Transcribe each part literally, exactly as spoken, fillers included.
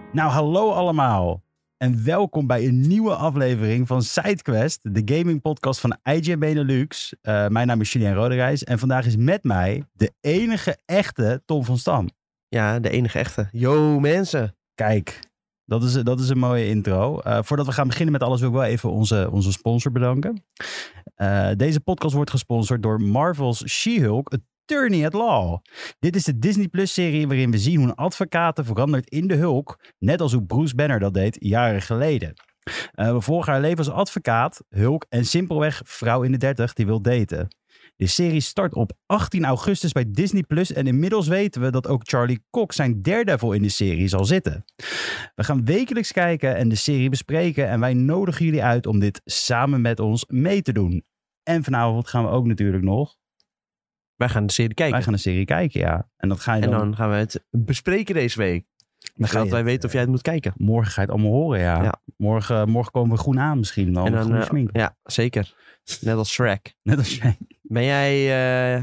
Nou, hallo allemaal. En welkom bij een nieuwe aflevering van SideQuest, de gaming podcast van I G N Benelux. Uh, mijn naam is Julien Roderijs en vandaag is met mij de enige echte Tom van Stam. Ja, de enige echte. Yo mensen. Kijk, dat is, dat is een mooie intro. Uh, voordat we gaan beginnen met alles wil ik wel even onze, onze sponsor bedanken. Uh, deze podcast wordt gesponsord door Marvel's She-Hulk, Attorney at Law. Dit is de Disney Plus serie waarin we zien hoe een advocaat verandert in de Hulk, net als hoe Bruce Banner dat deed jaren geleden. Uh, we volgen haar leven als advocaat, Hulk en simpelweg vrouw in de dertig die wil daten. De serie start op achttien augustus bij Disney Plus en inmiddels weten we dat ook Charlie Cox zijn Daredevil in de serie zal zitten. We gaan wekelijks kijken en de serie bespreken en wij nodigen jullie uit om dit samen met ons mee te doen. En vanavond gaan we ook natuurlijk nog... Wij gaan de serie kijken. Wij gaan de serie kijken, ja. En, dat ga je dan... dan... en dan gaan we het bespreken deze week. Dan zodat wij het, weten of jij het moet kijken. Morgen ga je het allemaal horen, ja. ja. Morgen, morgen komen we groen aan misschien. Dan, en dan groen uh, smink. Ja, zeker. Net als Shrek. Net als Shrek. Ben jij... Uh...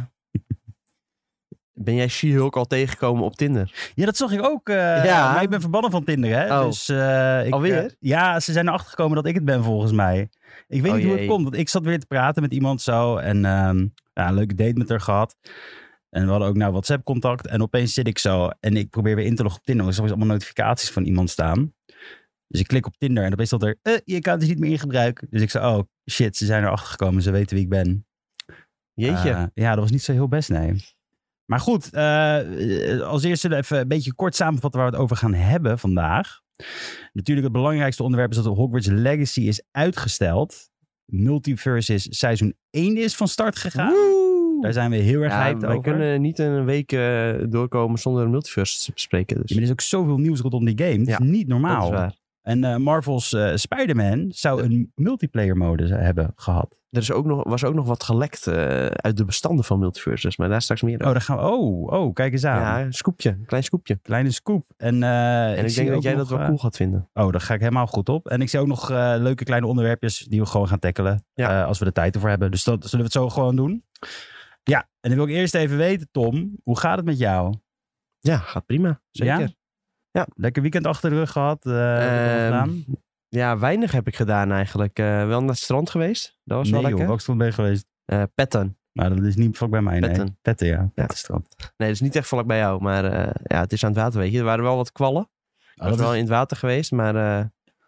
Ben jij She-Hulk al tegengekomen op Tinder? Ja, dat zag ik ook. Uh, ja. Maar ik ben verbannen van Tinder, hè. Oh. Dus, uh, ik, Alweer? Uh, ja, ze zijn erachter gekomen dat ik het ben, volgens mij. Ik weet oh, niet hoe jee. het komt. Want ik zat weer te praten met iemand zo. En um, ja, een leuke date met haar gehad. En we hadden ook nou WhatsApp-contact. En opeens zit ik zo. En ik probeer weer in te loggen op Tinder. Er zijn allemaal notificaties van iemand staan. Dus ik klik op Tinder. En opeens staat er... Uh, je account is niet meer in gebruik. Dus ik zei, oh shit, ze zijn erachter gekomen. Ze weten wie ik ben. Jeetje. Uh, ja, dat was niet zo heel best, nee. Maar goed, uh, als eerste even een beetje kort samenvatten waar we het over gaan hebben vandaag. Natuurlijk het belangrijkste onderwerp is dat de Hogwarts Legacy is uitgesteld. Multiversus seizoen één is van start gegaan. Woe! Daar zijn we heel erg ja, hyped wij over. We kunnen niet een week uh, doorkomen zonder een multiverse te bespreken. Dus. Ja, maar er is ook zoveel nieuws rondom die game. Dat ja, is niet normaal. Dat is waar. En uh, Marvel's uh, Spider-Man zou een multiplayer mode hebben gehad. Er is ook nog, was ook nog wat gelekt uh, uit de bestanden van multiverses, maar daar straks meer over. Oh, daar gaan we, oh, oh, kijk eens aan. Ja, een scoopje, een klein scoopje. Kleine scoop. En, uh, en ik, ik denk dat jij nog, dat wel uh, cool gaat vinden. Oh, daar ga ik helemaal goed op. En ik zie ook nog uh, leuke kleine onderwerpjes die we gewoon gaan tackelen. Ja. Uh, als we de tijd ervoor hebben. Dus dat zullen we het zo gewoon doen. Ja, en dan wil ik eerst even weten, Tom, hoe gaat het met jou? Ja, gaat prima. Zeker. Ja? Ja. Lekker weekend achter de rug gehad. Uh, um, ja, weinig heb ik gedaan eigenlijk. Uh, wel naar het strand geweest. Dat was nee, wel lekker. Welk strand ben je geweest? Uh, Petten. Nou, dat is niet vlak bij mij, Petten. nee. Petten, ja. Pettenstrand. Ja. Nee, dat is niet echt vlak bij jou. Maar uh, ja, het is aan het water, weet je. Er waren wel wat kwallen. Ik was oh, wel is... in het water geweest, maar uh,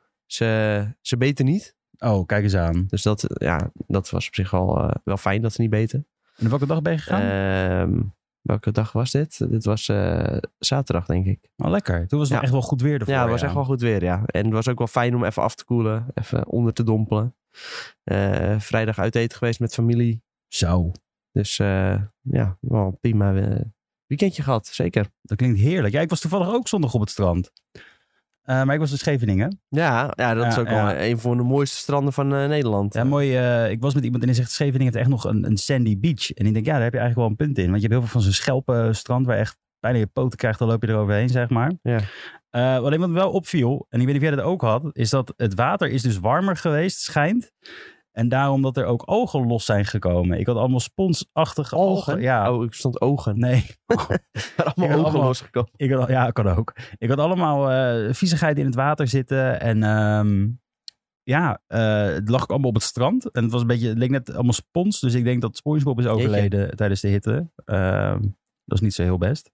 ze, ze beten niet. Oh, kijk eens aan. Dus dat, ja, dat was op zich wel, uh, wel fijn dat ze niet beten. En op welke dag ben je gegaan? Uh, welke dag was dit? Dit was uh, zaterdag, denk ik. Oh, lekker. Toen was het ja. echt wel goed weer ervoor. Ja, het was ja. echt wel goed weer, ja. En het was ook wel fijn om even af te koelen. Even onder te dompelen. Uh, vrijdag uit eten geweest met familie. Zo. Dus uh, ja, wel een prima uh, weekendje gehad, zeker. Dat klinkt heerlijk. Ja, ik was toevallig ook zondag op het strand. Uh, maar ik was in Scheveningen. Ja, ja dat ja, is ook ja. wel een van de mooiste stranden van uh, Nederland. Ja, mooi. Uh, ik was met iemand en die zegt Scheveningen heeft echt nog een, een sandy beach. En ik denk, ja, daar heb je eigenlijk wel een punt in. Want je hebt heel veel van zo'n schelpenstrand waar echt bijna je poten krijgt, dan loop je eroverheen, zeg maar. Ja. Uh, alleen wat me wel opviel, en ik weet niet of jij dat ook had, is dat het water is dus warmer geweest, schijnt. En daarom dat er ook ogen los zijn gekomen. Ik had allemaal sponsachtige ogen. ogen. Ja. Oh, ik stond ogen. Nee. allemaal ogen allemaal, losgekomen. Ik had, ja, kan ook. Ik had allemaal uh, viezigheid in het water zitten. En um, ja, uh, het lag ook allemaal op het strand. En het was een beetje, het leek net allemaal spons. Dus ik denk dat SpongeBob is overleden Jeetje. tijdens de hitte. Uh, dat is niet zo heel best.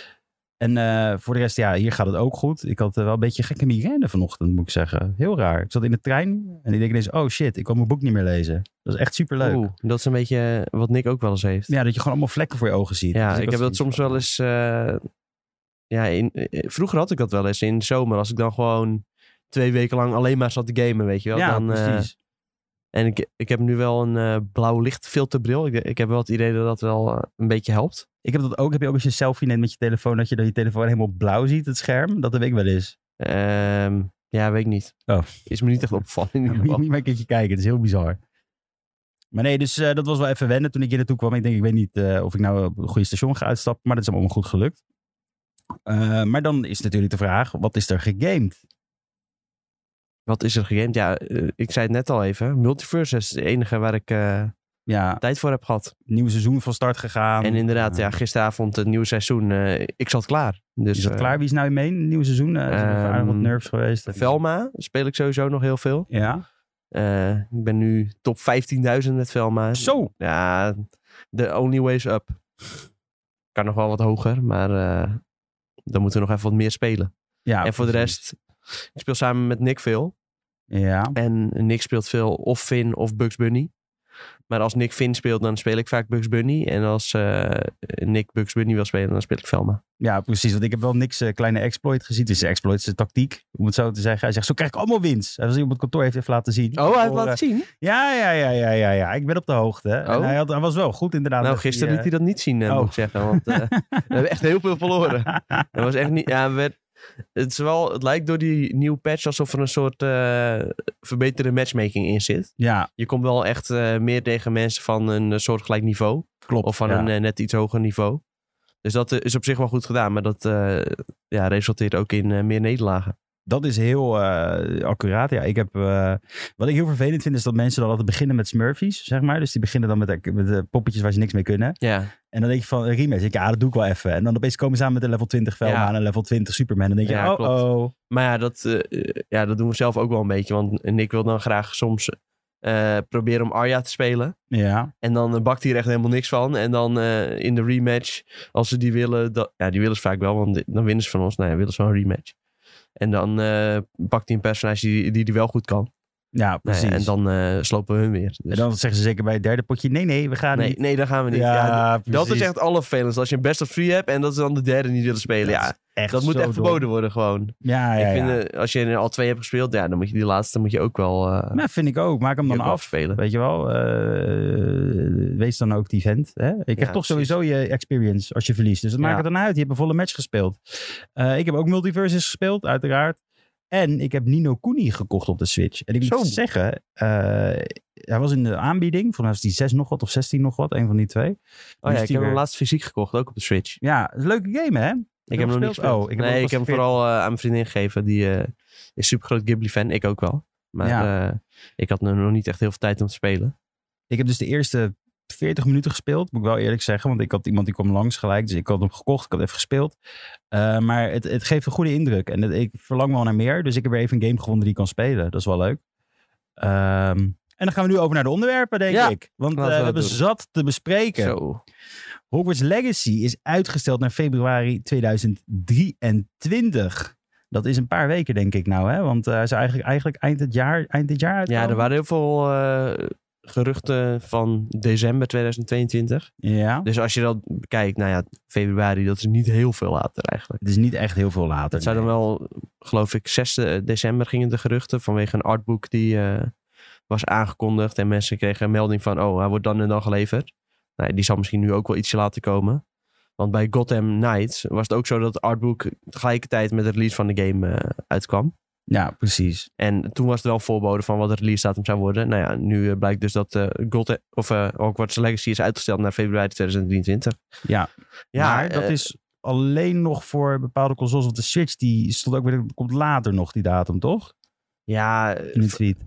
En uh, voor de rest, ja, hier gaat het ook goed. Ik had uh, wel een beetje gekke migraine vanochtend, moet ik zeggen. Heel raar. Ik zat in de trein en ik denk ineens, oh shit, ik kan mijn boek niet meer lezen. Dat is echt superleuk. Oeh, dat is een beetje wat Nick ook wel eens heeft. Ja, dat je gewoon allemaal vlekken voor je ogen ziet. Ja, dus ik, ik heb dat soms wel eens... Uh, ja, in, vroeger had ik dat wel eens in de zomer. Als ik dan gewoon twee weken lang alleen maar zat te gamen, weet je wel. Ja, dan, precies. Uh, en ik, ik heb nu wel een uh, blauw lichtfilterbril. Ik, ik heb wel het idee dat dat wel uh, een beetje helpt. Ik heb dat ook. Heb je ook als je een selfie neemt met je telefoon, dat je dan je telefoon helemaal blauw ziet, het scherm? Dat heb ik wel eens. Um, ja, weet ik niet. Oh. Is me niet echt opgevallen in ieder geval. Moet je niet maar een keertje kijken. Het is heel bizar. Maar nee, dus uh, dat was wel even wennen toen ik hier naartoe kwam. Ik denk, ik weet niet uh, of ik nou op een goede station ga uitstappen, maar dat is allemaal goed gelukt. Uh, maar dan is natuurlijk de vraag, wat is er gegamed? Wat is er gegamed? Ja, uh, ik zei het net al even. Multiverse is het enige waar ik uh, ja. tijd voor heb gehad. Nieuw seizoen van start gegaan. En inderdaad, uh, ja, gisteravond het nieuwe seizoen. Uh, ik zat klaar. Dus, is dat uh, klaar? Wie is nou in mee in het nieuwe seizoen? Uh, er zijn um, aardig wat nerves geweest. Velma speel ik sowieso nog heel veel. Ja. Uh, ik ben nu top vijftienduizend met Velma. Zo! Ja, the only way is up. Kan nog wel wat hoger, maar uh, dan moeten we nog even wat meer spelen. Ja, en voor precies. de rest, ik speel samen met Nick veel. Ja. En Nick speelt veel of Finn of Bugs Bunny. Maar als Nick Finn speelt, dan speel ik vaak Bugs Bunny. En als uh, Nick Bugs Bunny wil spelen, dan speel ik Velma. Ja, precies. Want ik heb wel Nick's uh, kleine exploit gezien. Dus de exploit is de tactiek, om het zo te zeggen. Hij zegt, zo krijg ik allemaal winst. Hij was op het kantoor heeft even laten zien. Oh, hij heeft laten zien? Ja, ja, ja, ja, ja, ja. Ik ben op de hoogte. Oh. En hij, had, hij was wel goed inderdaad. Nou, gisteren liet hij dat niet zien, uh, oh. moet ik zeggen. Want uh, we hebben echt heel veel verloren. Dat was echt niet... Ja, we, het, is wel, het lijkt door die nieuwe patch alsof er een soort uh, verbeterde matchmaking in zit. Ja. Je komt wel echt uh, meer tegen mensen van een uh, soortgelijk niveau. Klopt. Of van ja. een uh, net iets hoger niveau. Dus dat uh, is op zich wel goed gedaan. Maar dat uh, ja, resulteert ook in uh, meer nederlagen. Dat is heel uh, accuraat. Ja, ik heb, uh, wat ik heel vervelend vind is dat mensen dan altijd beginnen met smurfies, zeg maar. Dus die beginnen dan met, met de poppetjes waar ze niks mee kunnen. Ja. En dan denk je van, een rematch. Ik, ja, dat doe ik wel even. En dan opeens komen ze aan met een level twintig Velma ja. en een level twintig Superman. Dan denk je, ja, oh, klopt. oh. Maar ja dat, uh, ja, dat doen we zelf ook wel een beetje. Want Nick wil dan graag soms uh, proberen om Arya te spelen. Ja. En dan uh, bakt hij er echt helemaal niks van. En dan uh, in de rematch, als ze die willen, dat, ja, die willen ze vaak wel. Want dan winnen ze van ons. Nou ja, willen ze wel een rematch. En dan uh, pakt hij een personage die, die die wel goed kan. Ja, precies. Nee, en dan uh, slopen we hun weer. Dus. En dan zeggen ze zeker bij het derde potje, nee, nee, we gaan nee, niet. Nee, dat gaan we niet. Ja, ja, dat is echt alle vervelend. Als je een best of three hebt en dat ze dan de derde niet willen spelen. Dat ja, echt dat moet echt dom. verboden worden gewoon. Ja, ja, ik vind, ja. Uh, als je er al twee hebt gespeeld, ja, dan moet je die laatste moet je ook wel... Uh, nou, vind ik ook. Maak hem dan af. Spelen. Weet je wel. Uh, wees dan ook die vent. Hè? Je krijgt ja, toch precies. sowieso je experience als je verliest. Dus dat ja. maakt het dan uit. Je hebt een volle match gespeeld. Uh, ik heb ook Multiverses gespeeld, uiteraard. En ik heb Ni no Kuni gekocht op de Switch. En ik moet Zo. zeggen, uh, hij was in de aanbieding. Volgens mij was die zes nog wat of zestien nog wat. Een van die twee. Oh ja, ik heb hem laatst fysiek gekocht, ook op de Switch. Ja, het is een leuke game hè? Ik, ik heb hem nog niet gespeeld. Oh, ik heb nee, ik heb hem vooral uh, aan mijn vriendin gegeven. Die uh, is super groot Ghibli-fan. Ik ook wel. Maar ja. uh, ik had nog niet echt heel veel tijd om te spelen. Ik heb dus de eerste veertig minuten gespeeld, moet ik wel eerlijk zeggen. Want ik had iemand die kwam langs gelijk. Dus ik had hem gekocht. Ik had even gespeeld. Uh, maar het, het geeft een goede indruk. En het, ik verlang wel naar meer. Dus ik heb weer even een game gevonden die ik kan spelen. Dat is wel leuk. Um, en dan gaan we nu over naar de onderwerpen, denk ja, ik. Want uh, we, we hebben doen. zat te bespreken. Zo. Hogwarts Legacy is uitgesteld naar februari tweeduizend drieëntwintig. Dat is een paar weken, denk ik nou. Hè? Want hij uh, is eigenlijk, eigenlijk eind, het jaar, eind dit jaar uitkomen. Ja, er waren heel veel... Uh... geruchten van december tweeduizend tweeëntwintig. Ja. Dus als je dat bekijkt, nou ja, februari, dat is niet heel veel later eigenlijk. Het is niet echt heel veel later. Het zou nee. dan wel, geloof ik, zes december gingen de geruchten vanwege een artboek die uh, was aangekondigd en mensen kregen een melding van, oh, hij wordt dan en dan geleverd. Nou, die zal misschien nu ook wel ietsje later komen. Want bij Gotham Knights was het ook zo dat het artboek tegelijkertijd met de release van de game uh, uitkwam. Ja, precies. En toen was het wel een voorbode van wat de release datum zou worden. Nou ja, nu uh, blijkt dus dat uh, God, of, uh, Hogwarts Legacy is uitgesteld naar februari tweeduizend drieëntwintig. Ja, ja maar uh, dat is alleen nog voor bepaalde consoles. Want de Switch, die stond ook weer, komt later nog die datum, toch? Ja, in de tweet.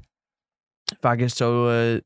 Vaak is het zo, uh,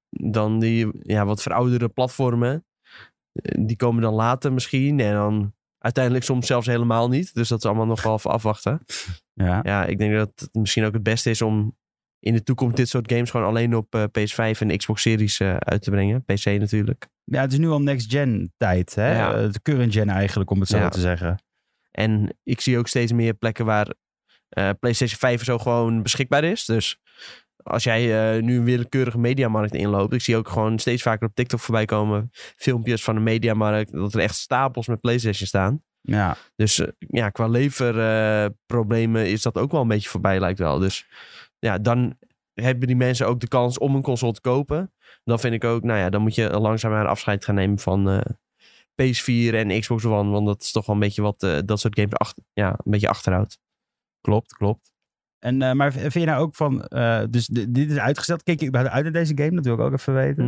dan die ja, wat verouderde platformen, uh, die komen dan later misschien. En dan uiteindelijk soms zelfs helemaal niet. Dus dat is allemaal nog wel even afwachten. Ja. ja, ik denk dat het misschien ook het beste is om in de toekomst dit soort games gewoon alleen op uh, P S vijf en Xbox Series uh, uit te brengen. P C natuurlijk. Ja, het is nu al next gen tijd. Hè? Ja. Uh, de current gen eigenlijk, om het zo ja. te zeggen. En ik zie ook steeds meer plekken waar uh, PlayStation vijf zo gewoon beschikbaar is. Dus als jij uh, nu een willekeurige mediamarkt inloopt. Ik zie ook gewoon steeds vaker op TikTok voorbij komen filmpjes van een mediamarkt. Dat er echt stapels met PlayStation staan. Ja. Dus uh, ja, qua leverproblemen uh, is dat ook wel een beetje voorbij, lijkt wel. Dus ja, dan hebben die mensen ook de kans om een console te kopen. Dan vind ik ook, nou ja, dan moet je langzaamaan afscheid gaan nemen van uh, P S vier en Xbox One. Want dat is toch wel een beetje wat uh, dat soort games achter, ja, een beetje achterhoudt. Klopt, klopt. En, uh, maar vind je nou ook van, uh, dus d- dit is uitgesteld. Keek je überhaupt uit naar deze game? Dat wil ik ook even weten.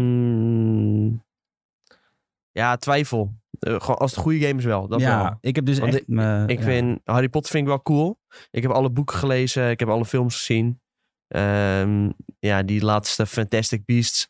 Mm, ja, twijfel. Uh, gewoon als het een goede game is wel. Dat ja, wel. ik heb dus Want echt... Ik, uh, ik ja. vind, Harry Potter vind ik wel cool. Ik heb alle boeken gelezen. Ik heb alle films gezien. Um, ja, die laatste Fantastic Beasts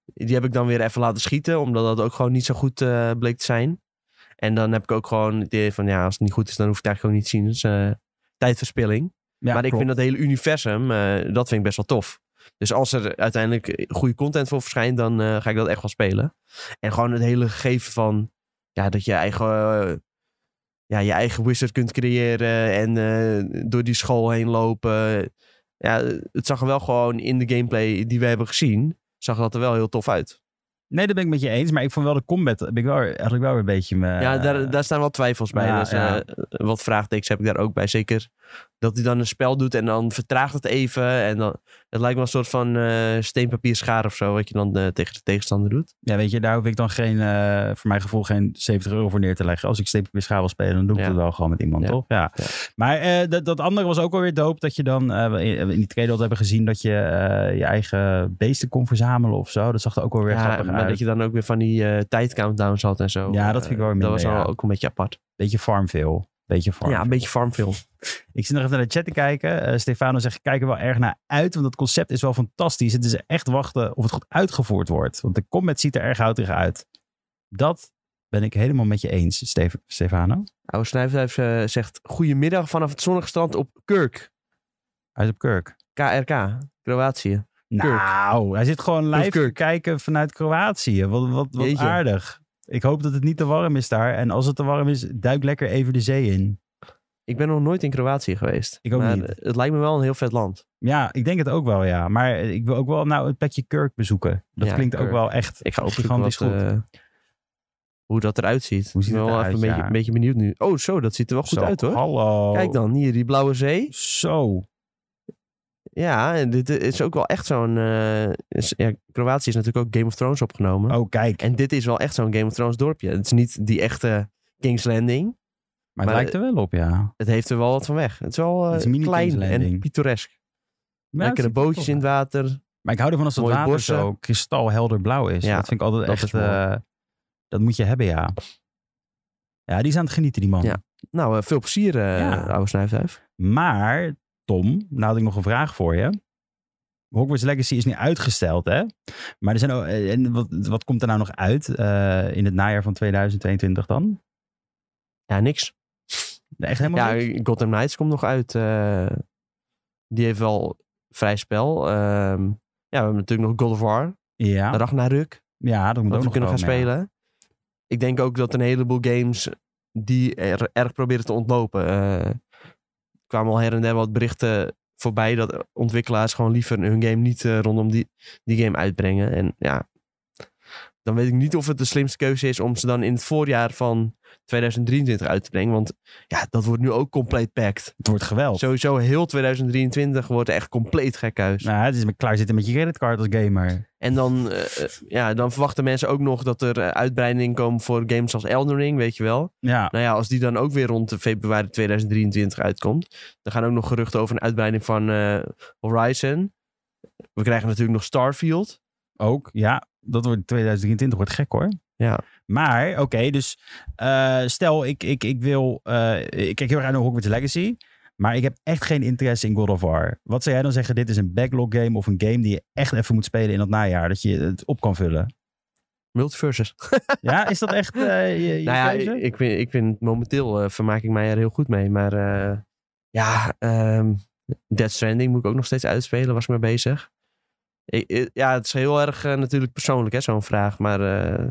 Die heb ik dan weer even laten schieten, omdat dat ook gewoon niet zo goed uh, bleek te zijn. En dan heb ik ook gewoon het idee van, ja, als het niet goed is, dan hoef ik het eigenlijk ook niet te zien. Dus uh, tijdverspilling. Ja, maar ik klopt. vind dat hele universum, uh, dat vind ik best wel tof. Dus als er uiteindelijk goede content voor verschijnt, dan uh, ga ik dat echt wel spelen. En gewoon het hele gegeven van, ja, dat je eigen, uh, ja, je eigen wizard kunt creëren en uh, door die school heen lopen. Ja, het zag er wel gewoon in de gameplay die we hebben gezien, zag dat er wel heel tof uit. Nee, dat ben ik met je eens. Maar ik vond wel de combat, ben ik wel, eigenlijk wel weer een beetje... Me, ja, daar, daar staan wel twijfels bij. Ja, dus, ja. uh, wat vraagtekens heb ik daar ook bij. Zeker dat hij dan een spel doet en dan vertraagt het even. En dan, het lijkt wel een soort van uh, steenpapier schaar of zo, wat je dan uh, tegen de tegenstander doet. Ja, weet je, daar hoef ik dan geen, uh, voor mijn gevoel geen zeventig euro voor neer te leggen. Als ik steenpapier schaar wil spelen, dan doe ik ja. het wel gewoon met iemand, ja. toch? Ja. ja. Maar uh, dat, dat andere was ook alweer dope, dat je dan uh, in, in die trailer hebben gezien dat je uh, je eigen beesten kon verzamelen of zo. Dat zag er ook wel weer ja, grappig maar uit. dat je dan ook weer van die uh, tijdcountdowns had en zo. Ja, dat vind ik wel weer minder, Dat was ja. ook een beetje apart. Beetje Farmville. Beetje Farmville. Ja, een beetje Farmville. Ik zit nog even naar de chat te kijken. Uh, Stefano zegt, ik kijk er wel erg naar uit, want het concept is wel fantastisch. Het is echt wachten of het goed uitgevoerd wordt. Want de combat ziet er erg houterig uit. Dat ben ik helemaal met je eens, Stef- Stefano. Oude Snijfduif uh, zegt, goedemiddag vanaf het zonnige strand op Kirk. Hij is op Kirk. K R K, Kroatië. Nou, Kirk. Hij zit gewoon live kijken vanuit Kroatië. Wat, wat, wat aardig. Ik hoop dat het niet te warm is daar. En als het te warm is, duik lekker even de zee in. Ik ben nog nooit in Kroatië geweest. Ik ook maar niet. Het lijkt me wel een heel vet land. Ja, ik denk het ook wel, ja. Maar ik wil ook wel nou het plekje Kirk bezoeken. Dat ja, klinkt Kirk. ook wel echt ik ga ook gigantisch wat, goed. Uh, hoe dat eruit ziet. Hoe ziet het ik ben wel eruit, even een, ja. beetje, een beetje benieuwd nu. Oh, zo, dat ziet er wel goed zo, uit, hoor. Hallo. Kijk dan, hier, die blauwe zee. Zo. Ja, en dit is ook wel echt zo'n... Uh, is, ja, Kroatië is natuurlijk ook Game of Thrones opgenomen. Oh, kijk. En dit is wel echt zo'n Game of Thrones dorpje. Het is niet die echte King's Landing. Maar het maar lijkt er wel op, ja. Het heeft er wel wat van weg. Het is wel uh, het is klein en pittoresk. Ja, lekkere bootjes in het water. Maar ik hou ervan als dat water bossen. zo kristalhelder blauw is. Ja, dat vind ik altijd dat echt... Uh, dat moet je hebben, ja. Ja, die is aan het genieten, die man. Ja. Nou, uh, veel plezier, uh, ja. oude Snijfduif. Maar... Tom, nou had ik nog een vraag voor je. Hogwarts Legacy is nu uitgesteld, hè? Maar er zijn ook, en wat, wat komt er nou nog uit uh, in het najaar van tweeduizend tweeëntwintig dan? Ja, niks. Echt helemaal ja, niks? Gotham Knights komt nog uit. Uh, die heeft wel vrij spel. Uh, ja, we hebben natuurlijk nog God of War. Ja. Ragnarök. Ja, dat moet ook we nog kunnen komen, gaan spelen. Ja. Ik denk ook dat een heleboel games die er erg proberen te ontlopen... Uh, kwamen al her en der wat berichten voorbij dat ontwikkelaars gewoon liever hun game niet uh, rondom die, die game uitbrengen. En ja, dan weet ik niet of het de slimste keuze is om ze dan in het voorjaar van tweeduizend drieëntwintig uit te brengen. Want ja, dat wordt nu ook compleet packed. Het wordt geweld. Sowieso heel tweeduizend drieëntwintig wordt echt compleet gek huis. Nou, het is met klaar zitten met je creditcard als gamer. En dan, uh, ja, dan verwachten mensen ook nog dat er uh, uitbreidingen komen voor games als Elden Ring, weet je wel. Ja. Nou ja, als die dan ook weer rond februari tweeduizend drieëntwintig uitkomt. Dan gaan ook nog geruchten over een uitbreiding van uh, Horizon. We krijgen natuurlijk nog Starfield. Ook, ja. Dat wordt tweeduizend drieëntwintig wordt gek, hoor. Ja. Maar, oké, okay, dus uh, stel ik, ik, ik wil... Uh, ik kijk heel erg uit naar Hogwarts Legacy... Maar ik heb echt geen interesse in God of War. Wat zou jij dan zeggen? Dit is een backlog game of een game die je echt even moet spelen in dat najaar. Dat je het op kan vullen. Multiverses. Ja, is dat echt uh, je, je nou ja, ik, ik, vind, ik vind momenteel uh, vermaak ik mij er heel goed mee. Maar uh, ja, um, Death Stranding moet ik ook nog steeds uitspelen. Was ik mee bezig. Ik, ik, ja, het is heel erg uh, natuurlijk persoonlijk, hè, zo'n vraag. Maar uh,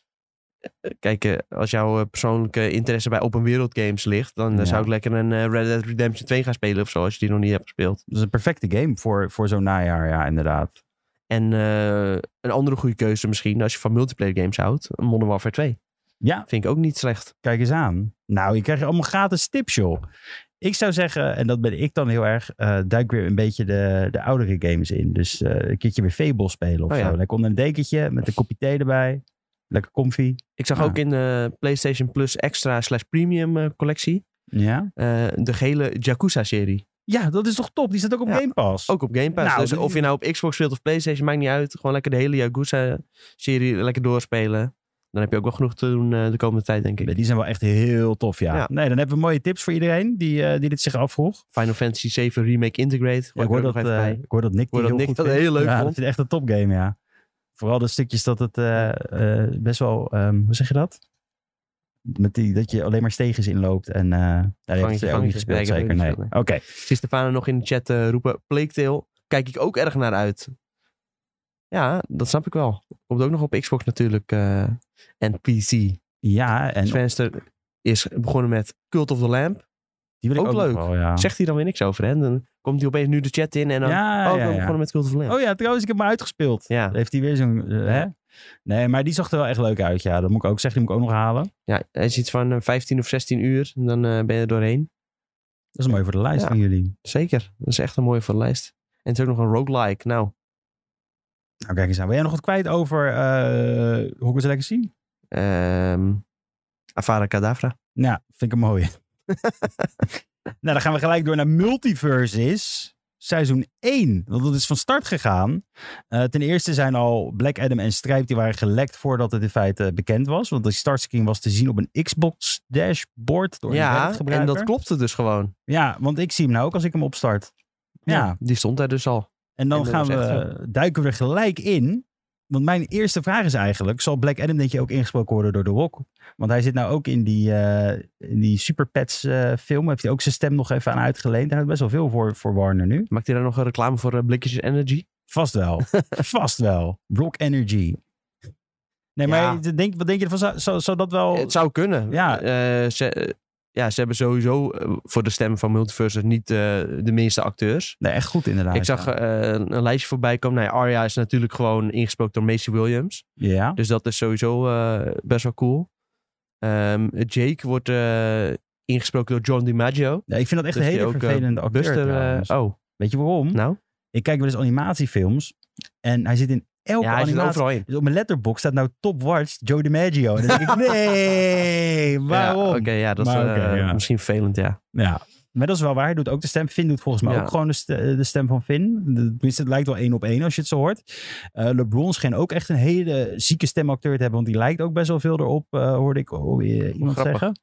kijk, uh, als jouw persoonlijke interesse bij open wereld games ligt, dan ja. zou ik lekker een uh, Red Dead Redemption twee gaan spelen of zo, als je die nog niet hebt gespeeld. Dat is een perfecte game voor, voor zo'n najaar, ja, inderdaad. En uh, een andere goede keuze misschien, als je van multiplayer games houdt, Modern Warfare twee. Ja. Vind ik ook niet slecht. Kijk eens aan. Nou, je krijgt allemaal gratis tips, joh. Ik zou zeggen, en dat ben ik dan heel erg, uh, duik weer een beetje de, de oudere games in. Dus uh, een keertje weer Fable spelen of oh, zo. Ja. Lekker onder een dekentje met een kopje thee erbij. Lekker comfy. Ik zag ja. ook in de PlayStation Plus Extra slash Premium uh, collectie ja? uh, de gele Yakuza-serie. Ja, dat is toch top? Die staat ook op ja, Game Pass. Ook op Game Pass. Nou, dus die... of je nou op Xbox speelt of PlayStation, maakt niet uit. Gewoon lekker de hele Yakuza-serie lekker doorspelen. Dan heb je ook wel genoeg te doen uh, de komende tijd, denk ik. Die zijn wel echt heel tof, ja. ja. Nee, dan hebben we mooie tips voor iedereen die, uh, die dit zich afvroeg. Final Fantasy zeven Remake Integrate. Ja, ik, hoor dat, uh, ik hoor dat Nick die hoor heel Nick goed dat vindt. heel leuk ja, vond. Dat is echt een topgame, ja. Vooral de stukjes dat het uh, uh, best wel, um, hoe zeg je dat? Met die, dat je alleen maar stegens inloopt. En uh, daar heeft hij ook niet gespeeld, nee, zeker. Nee. Oké. Okay. Ik zie Stefano nog in de chat uh, roepen. Plague Tale, kijk ik ook erg naar uit. Ja, dat snap ik wel. Komt ook nog op Xbox natuurlijk. Uh, en P C. Ja. En Svenster is begonnen met Cult of the Lamp. Die wil ik ook, ook leuk. Wel, ja. Zegt hij dan weer niks over, hè? Dan komt hij opeens nu de chat in en dan... Ja, oh, ja, ik ben ja. begonnen met Cult of the Lamp. Oh ja, trouwens, ik heb hem uitgespeeld. Ja. Dan heeft hij weer zo'n... Uh, hè? Nee, maar die zag er wel echt leuk uit, ja. Dat moet ik ook zeggen, die moet ik ook nog halen. Ja, hij is iets van vijftien of zestien uur. En dan uh, ben je er doorheen. Dat is mooi voor de lijst ja, van jullie. Zeker. Dat is echt een mooie voor de lijst. En het is ook nog een roguelike. Nou. Nou, kijk eens aan. Ben jij nog wat kwijt over uh, Hogwarts Legacy? Um, Avada Kedavra. Ja, vind ik een mooie. Nou, dan gaan we gelijk door naar Multiverses. Seizoen één. Want dat is van start gegaan. Uh, ten eerste zijn al Black Adam en Stripe die waren gelekt voordat het in feite bekend was. Want de startscreen was te zien op een Xbox dashboard door ja, een Reddit-gebruiker. En dat klopte dus gewoon. Ja, want ik zie hem nou ook als ik hem opstart. Ja. ja. Die stond er dus al. En dan en gaan we, duiken we er gelijk in. Want mijn eerste vraag is eigenlijk, zal Black Adam denk je ook ingesproken worden door The Rock? Want hij zit nou ook in die, uh, in die Super Pets uh, film. Heeft hij ook zijn stem nog even aan uitgeleend. Hij heeft best wel veel voor, voor Warner nu. Maakt hij daar nog een reclame voor uh, Blikjes Energy? Vast wel. Vast wel. Rock Energy. Nee, maar ja. denk, wat denk je ervan? Zou, zou, zou dat wel... Het zou kunnen. Ja. Uh, ze, ja, ze hebben sowieso uh, voor de stem van Multiverse niet uh, de minste acteurs. Nee, echt goed inderdaad. Ik zag ja. uh, een lijstje voorbij komen. Nou, Arya is natuurlijk gewoon ingesproken door Macy Williams. Ja. Dus dat is sowieso uh, best wel cool. Um, Jake wordt uh, ingesproken door John DiMaggio. Ja, ik vind dat echt dus een hele ook, vervelende acteur. Buster, uh, oh. Weet je waarom? Nou? Ik kijk wel eens animatiefilms en hij zit in elke ja, hij animatie. Zit overal in. Dus op mijn letterbox staat nou top watched Joe DiMaggio. En dan denk ik, nee, waarom? Ja, Oké, okay, ja, dat is uh, okay, ja. misschien vervelend, ja. Ja, maar dat is wel waar. Hij doet ook de stem. Finn doet volgens mij ja. ook gewoon de, st- de stem van Finn. Tenminste, het lijkt wel één op één als je het zo hoort. Uh, LeBron scheen ook echt een hele zieke stemacteur te hebben, want die lijkt ook best wel veel erop, uh, hoorde ik oh, iemand Grappig. zeggen.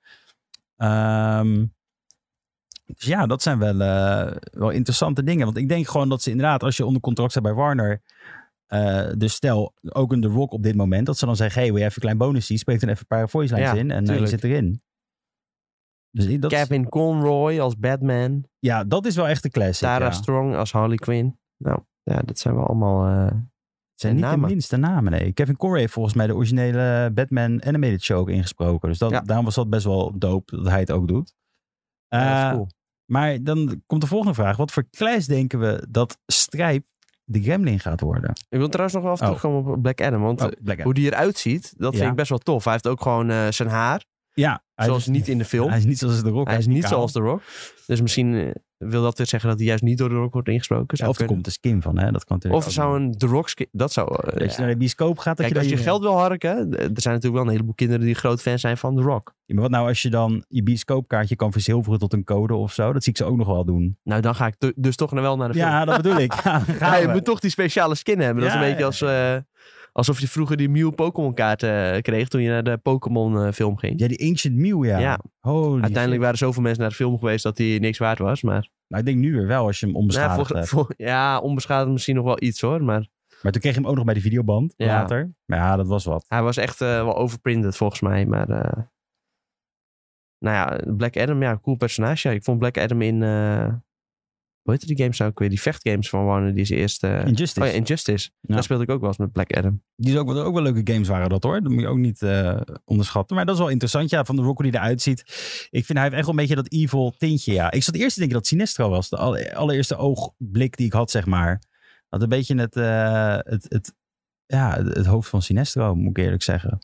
Um, dus ja, dat zijn wel, uh, wel interessante dingen. Want ik denk gewoon dat ze inderdaad, als je onder contract staat bij Warner, uh, dus stel, ook een The Rock op dit moment, dat ze dan zeggen, hey, wil je even een klein bonusje, spreek dan even een paar voice lines ja, in en uh, je zit erin. Dus dat Kevin is... Conroy als Batman. Ja, dat is wel echt een classic. Tara ja. Strong als Harley Quinn. Nou, ja, dat zijn wel allemaal uh, Het zijn niet namen. de minste namen, nee. Kevin Conroy heeft volgens mij de originele Batman Animated Show ook ingesproken. Dus dat, ja. daarom was dat best wel dope dat hij het ook doet. Uh, ja, dat is cool. Maar dan komt de volgende vraag. Wat voor class denken we dat Stripe de Gremlin gaat worden? Ik wil trouwens nog wel even oh. terugkomen op Black Adam. Want oh, Black Adam. hoe die eruit ziet, dat ja. vind ik best wel tof. Hij heeft ook gewoon uh, zijn haar. Ja, zoals is, niet in de film. Hij is niet zoals de Rock. Hij is niet zoals de Rock. Dus misschien uh, wil dat weer zeggen dat hij juist niet door de Rock wordt ingesproken. Ja, of er komt de skin van, hè? Dat kan natuurlijk. Of er zou een The Rock skin. Dat zou. Uh, als je ja. naar de bioscoop gaat. Dat Kijk, je als je je geld wil harken. Er zijn natuurlijk wel een heleboel kinderen die groot fan zijn van The Rock. Ja, maar wat nou als je dan je bioscoopkaartje kan verzilveren tot een code of zo? Dat zie ik ze ook nog wel doen. Nou, dan ga ik t- dus toch wel naar de film. Ja, dat bedoel ik. Ja, ja, je moet toch die speciale skin hebben. Dat ja, is een beetje als. Uh, Alsof je vroeger die Mew Pokémon kaarten uh, kreeg toen je naar de Pokémon uh, film ging. Ja, die Ancient Mew, ja. ja. Uiteindelijk shit. waren zoveel mensen naar de film geweest dat die niks waard was. Maar nou, ik denk nu weer wel als je hem onbeschadigd nou, hebt. Voor, ja, onbeschadigd misschien nog wel iets hoor. Maar, maar toen kreeg je hem ook nog bij de videoband ja. later. Maar ja, dat was wat. Hij was echt uh, wel overprinted volgens mij. Maar uh, nou ja, Black Adam, ja, cool personage. Ik vond Black Adam in... Uh, Hoe heette die games nou ook weer? Die vechtgames van Warner, die ze eerst... Uh... Injustice. Oh ja, Injustice. Ja. Daar speelde ik ook wel eens met Black Adam. Die is ook, ook wel leuke games waren dat hoor. Dat moet je ook niet uh, onderschatten. Maar dat is wel interessant, ja, van de Rock die eruit ziet. Ik vind hij heeft echt wel een beetje dat evil tintje, ja. Ik zat eerst te denken dat Sinestro was. De allereerste oogblik die ik had, zeg maar. Dat een beetje het, uh, het, het, ja, het hoofd van Sinestro, moet ik eerlijk zeggen.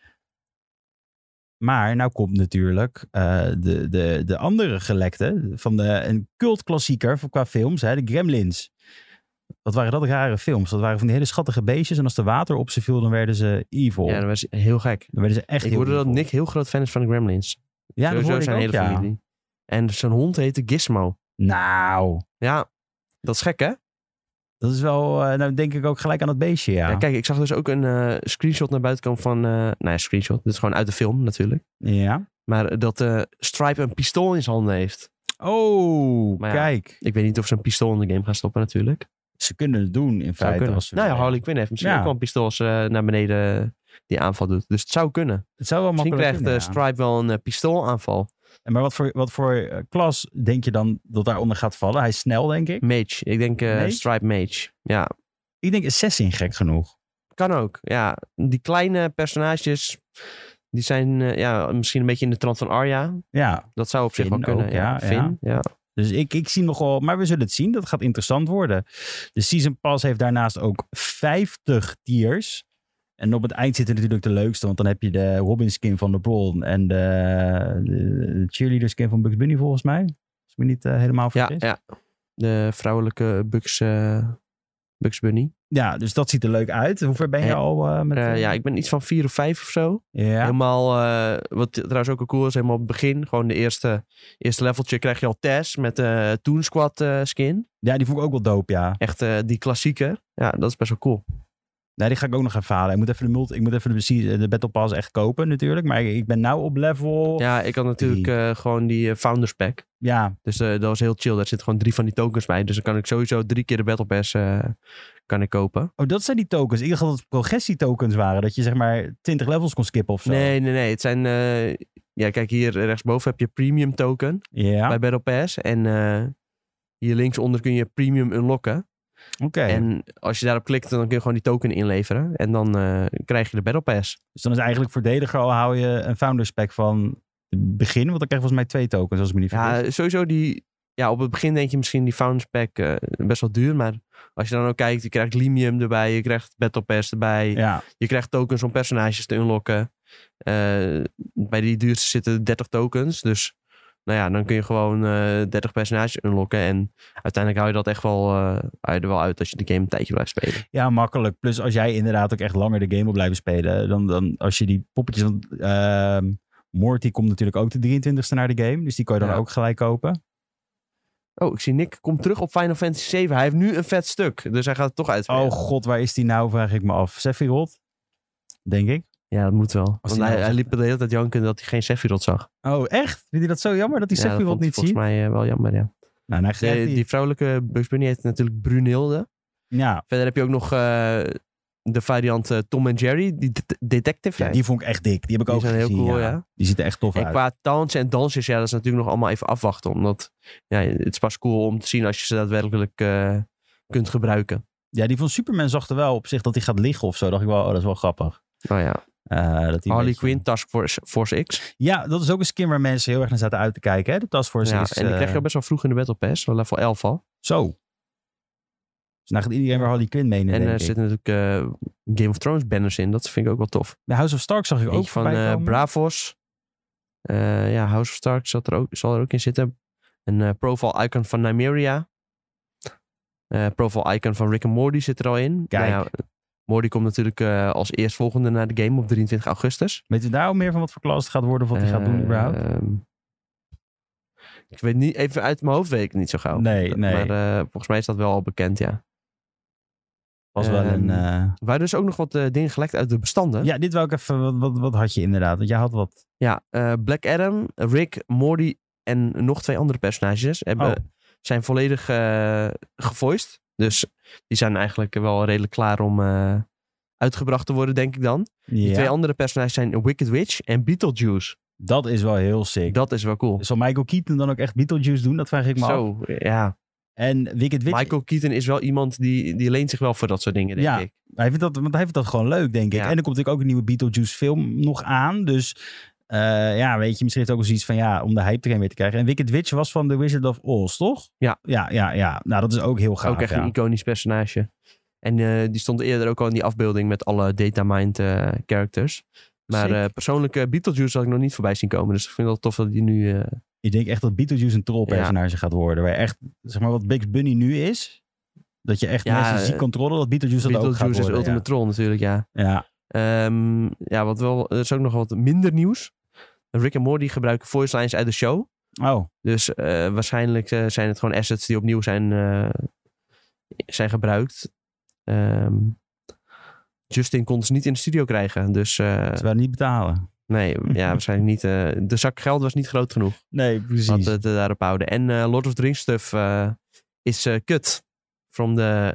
Maar nou komt natuurlijk uh, de, de, de andere gelekte van de, een cultklassieker qua films, hè, de Gremlins. Wat waren dat rare films? Dat waren van die hele schattige beestjes en als er water op ze viel, dan werden ze evil. Ja, dat was heel gek. Dan werden ze echt Ik hoorde dat Nick heel groot fan is van de Gremlins. Ja, dat hoorde zijn ik ook, hele ja. familie. En zijn hond heette Gizmo. Nou. Ja, dat is gek hè? Dat is wel, uh, nou denk ik ook gelijk aan het beestje, ja. ja kijk, ik zag dus ook een uh, screenshot naar buiten komen van... Uh, nou ja, screenshot. Dit is gewoon uit de film natuurlijk. Ja. Maar dat uh, Stripe een pistool in zijn handen heeft. Oh, maar kijk. Ja, ik weet niet of ze een pistool in de game gaan stoppen natuurlijk. Ze kunnen het doen in feite. Kunnen. Als ze Nou ja, willen. Harley Quinn heeft misschien Ja. ook wel een pistool als, uh, naar beneden die aanval doet. Dus het zou kunnen. Het zou wel Misschien makkelijk krijgt kunnen, uh, ja. Stripe wel een uh, pistoolaanval. En Maar wat voor, wat voor uh, klas denk je dan dat daaronder gaat vallen? Hij is snel, denk ik. Mage. Ik denk uh, Mage? Stripe Mage. Ja, Ik denk Assassin, gek genoeg. kan ook. Ja, die kleine personages, die zijn uh, ja, misschien een beetje in de trant van Arya. Ja, Dat zou op zich Finn wel kunnen. ook, ja, ja, Finn, ja. dus ik, ik zie nogal... Maar we zullen het zien. Dat gaat interessant worden. De Season Pass heeft daarnaast ook vijftig tiers. En op het eind zit er natuurlijk de leukste. Want dan heb je de Robin skin van LeBron. En de, de cheerleader skin van Bugs Bunny volgens mij. Als ik me niet uh, helemaal Ja, vergis. ja. De vrouwelijke Bugs, uh, Bugs Bunny. Ja, dus dat ziet er leuk uit. Hoe ver ben je Ja. al uh, met... Uh, uh, ja, ik ben iets van vier of vijf of zo. ja. Helemaal, uh, wat trouwens ook al cool is, helemaal op het begin. Gewoon de eerste, eerste leveltje krijg je al Tess met de uh, Toon Squad uh, skin. ja, die vond ik ook wel dope, ja. Echt uh, die klassieker. Ja, dat is best wel cool. Nee, die ga ik ook nog even halen. Ik moet even de, multi, ik moet even de, de Battle Pass echt kopen natuurlijk. Maar ik, ik ben nou op level... Ja, ik had natuurlijk uh, gewoon die uh, Founders Pack. Ja, Dus uh, dat was heel chill. Daar zitten gewoon drie van die tokens bij. Dus dan kan ik sowieso drie keer de Battle Pass uh, kan ik kopen. oh, dat zijn die tokens. Ik dacht dat het progressietokens waren. Dat je zeg maar twintig levels kon skippen of zo. Nee, nee, nee. Het zijn... Uh, ja, kijk hier rechtsboven heb je Premium token Ja, bij Battle Pass. En uh, hier linksonder kun je Premium unlocken. oké. Okay. En als je daarop klikt, dan kun je gewoon die token inleveren. En dan uh, krijg je de Battle Pass. Dus dan is eigenlijk verdediger al hou je een Founders Pack van het begin. Want dan krijg je volgens mij twee tokens als ik me niet vergis. Ja, sowieso die... Ja, op het begin denk je misschien die Founders Pack uh, best wel duur. Maar als je dan ook kijkt, je krijgt Limium erbij. Je krijgt Battle Pass erbij. Ja. Je krijgt tokens om personages te unlocken. Uh, bij die duurste zitten dertig tokens. Dus nou ja, dan kun je gewoon uh, dertig personages unlocken. En uiteindelijk hou je dat echt wel, uh, hou je er wel uit als je de game een tijdje blijft spelen. Ja, makkelijk. Plus als jij inderdaad ook echt langer de game wil blijven spelen. Dan, dan als je die poppetjes... Want, uh, Morty komt natuurlijk ook de drieëntwintigste naar de game. Dus die kan je dan Ja. ook gelijk kopen. Oh, ik zie Nick komt terug op Final Fantasy zeven. Hij heeft nu een vet stuk. Dus hij gaat het toch uitspelen. Oh god, waar is die nou? Vraag ik me af. Sephiroth? Denk ik. Ja, dat moet wel. Want die hij, nou hij liep de hele tijd janken dat hij geen Sephiroth zag. Oh, echt? Vind je dat zo jammer dat die Ja, dat Sephiroth vond niet hij ziet? volgens mij uh, wel jammer, ja. Nou, nou krijgt De, hij- die vrouwelijke Bugs Bunny heet natuurlijk Brunhilde. Ja, Verder heb je ook nog uh, de variant uh, Tom en Jerry, die de- detective. ja, die vond ik echt dik. Die heb ik Die ook zijn heel gezien. cool, ja. ja. Die ziet er echt tof En uit. qua dansen en dansjes, ja, dat is natuurlijk nog allemaal even afwachten. Omdat ja, het is pas cool om te zien als je ze daadwerkelijk uh, kunt gebruiken. Ja, die van Superman zag er wel op zich dat hij gaat liggen of zo. Dacht ik wel, oh, dat is wel grappig. Nou ja, Uh, dat die Harley beetje- Quinn, Task Force, Force X. Ja, dat is ook een skin waar mensen heel erg naar zaten uit te kijken. Hè? De Task Force Ja, is... en die uh, krijg je al best wel vroeg in de Battle Pass, wel level elf al. Zo. Dus nou gaat iedereen weer Harley Quinn meenemen, En denk er ik. zitten natuurlijk uh, Game of Thrones banners in, dat vind ik ook wel tof. De House of Stark zag ik ook Eentje van voorbij uh, komen. Bravos. Uh, ja, House of Stark zat er ook, zal er ook in zitten. Een uh, profile icon van Nymeria. Uh, profile icon van Rick and Morty zit er al in. Kijk. Nou ja, Morty komt natuurlijk uh, als eerstvolgende naar de game op drieëntwintig augustus. Weet je daar al meer van wat voor klas het gaat worden of wat hij gaat doen Uh, überhaupt? um, ik weet niet, even uit mijn hoofd weet ik het niet zo gauw. Nee, nee. Maar uh, volgens mij is dat wel al bekend, ja. Was wel um, een... Uh... Er waren dus ook nog wat uh, dingen gelekt uit de bestanden. Ja, dit wou ik even... Wat, wat, wat had je inderdaad? Want jij had wat... Ja, uh, Black Adam, Rick, Morty en nog twee andere personages hebben, Oh. zijn volledig uh, gevoiced. Dus die zijn eigenlijk wel redelijk klaar om uh, uitgebracht te worden, denk ik dan. Die Ja, twee andere personages zijn Wicked Witch en Beetlejuice. dat is wel heel sick. Dat is wel cool. Zal Michael Keaton dan ook echt Beetlejuice doen? Dat vraag ik me af. Zo, ja. En Wicked Witch... Michael Keaton is wel iemand die, die leent zich wel voor dat soort dingen, denk Ja. ik. Hij vindt, dat, want hij vindt dat gewoon leuk, denk ik. Ja. En er komt natuurlijk ook een nieuwe Beetlejuice film nog aan. Dus uh, ja, weet je, misschien heeft het ook wel zoiets van... ja, om de hype erin weer te krijgen. En Wicked Witch was van The Wizard of Oz, toch? Ja. Ja, ja, ja. Nou, dat is ook heel gaaf, ook echt ja. een iconisch personage. En uh, die stond eerder ook al in die afbeelding met alle datamined uh, characters. Maar Sick. uh, persoonlijk uh, Beetlejuice had ik nog niet voorbij zien komen. Dus ik vind het wel tof dat die nu... Uh, Ik denk echt dat Beetlejuice een trollpersonage gaat worden. Waar echt, zeg maar wat Bugs Bunny nu is... dat je echt Ja, mensen ziek uh, kan trollen... dat Beetlejuice dat ook gaat Beetlejuice is worden. Ultimate Troll natuurlijk, ja. Ja. Ja. Um, ja, wat wel... Er is ook nog wat minder nieuws. Rick en Morty gebruiken voice lines uit de show. Oh, Dus uh, waarschijnlijk uh, zijn het gewoon assets die opnieuw zijn, uh, zijn gebruikt. Um, Justin kon ze niet in de studio krijgen. Dus uh, ze waren niet betalen. nee, ja, waarschijnlijk niet. Uh, de zak geld was niet groot genoeg. Nee, precies. Wat het uh, daarop houden. En uh, Lord of the Rings stuff uh, is uh, cut from the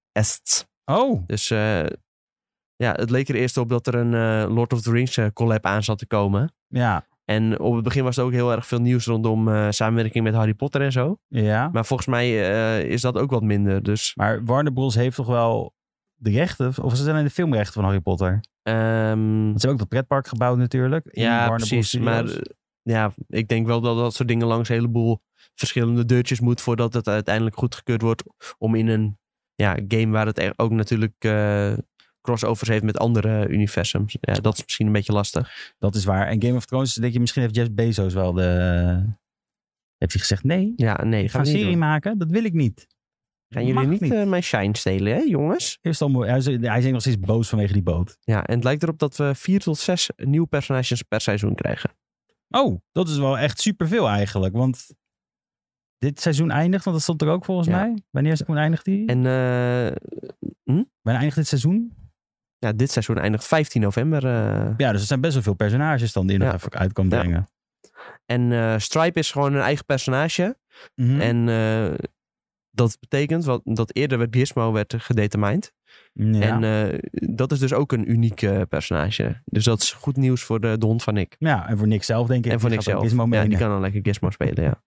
Est. Oh, Dus uh, ja, het leek er eerst op dat er een uh, Lord of the Rings uh, collab aan zat te komen. ja. En op het begin was er ook heel erg veel nieuws rondom uh, samenwerking met Harry Potter en zo. Ja. Maar volgens mij uh, is dat ook wat minder. Dus, Maar Warner Bros. Heeft toch wel de rechten, of ze zijn in de filmrechten van Harry Potter? um, Want ze hebben ook dat pretpark gebouwd natuurlijk. In ja, Warner precies. Bros. Maar uh, ja, ik denk wel dat dat soort dingen langs een heleboel verschillende deurtjes moet voordat het uiteindelijk goedgekeurd wordt om in een ja, game waar het ook natuurlijk uh, crossovers heeft met andere universums. Ja, dat is misschien een beetje lastig. Dat is waar. En Game of Thrones, denk je, misschien heeft Jeff Bezos wel de... Heeft hij gezegd, nee, ja, nee, ik ga een serie doen. maken? Dat wil ik niet. Gaan jullie niet, niet. Uh, mijn shine stelen, hè, jongens? Eerst al, hij, is, hij is nog steeds boos vanwege die boot. Ja, en het lijkt erop dat we vier tot zes nieuwe personages per seizoen krijgen. Oh, dat is wel echt superveel eigenlijk. Want dit seizoen eindigt, want dat stond er ook volgens ja. mij. Wanneer eindigt die? En, uh, hm? Wanneer eindigt dit seizoen? Ja, dit seizoen eindigt vijftien november. Uh... Ja, dus er zijn best wel veel personages dan die je ja. nog even uit kan brengen. Ja. En uh, Stripe is gewoon een eigen personage. Mm-hmm. En uh, dat betekent, wat, dat eerder werd Gizmo werd gedetermined. Ja. En uh, dat is dus ook een uniek uh, personage. Dus dat is goed nieuws voor de, de hond van Nick. Ja, en voor Nick zelf denk ik. En voor Nick zelf. Gizmo ja, die kan dan lekker Gizmo spelen, ja.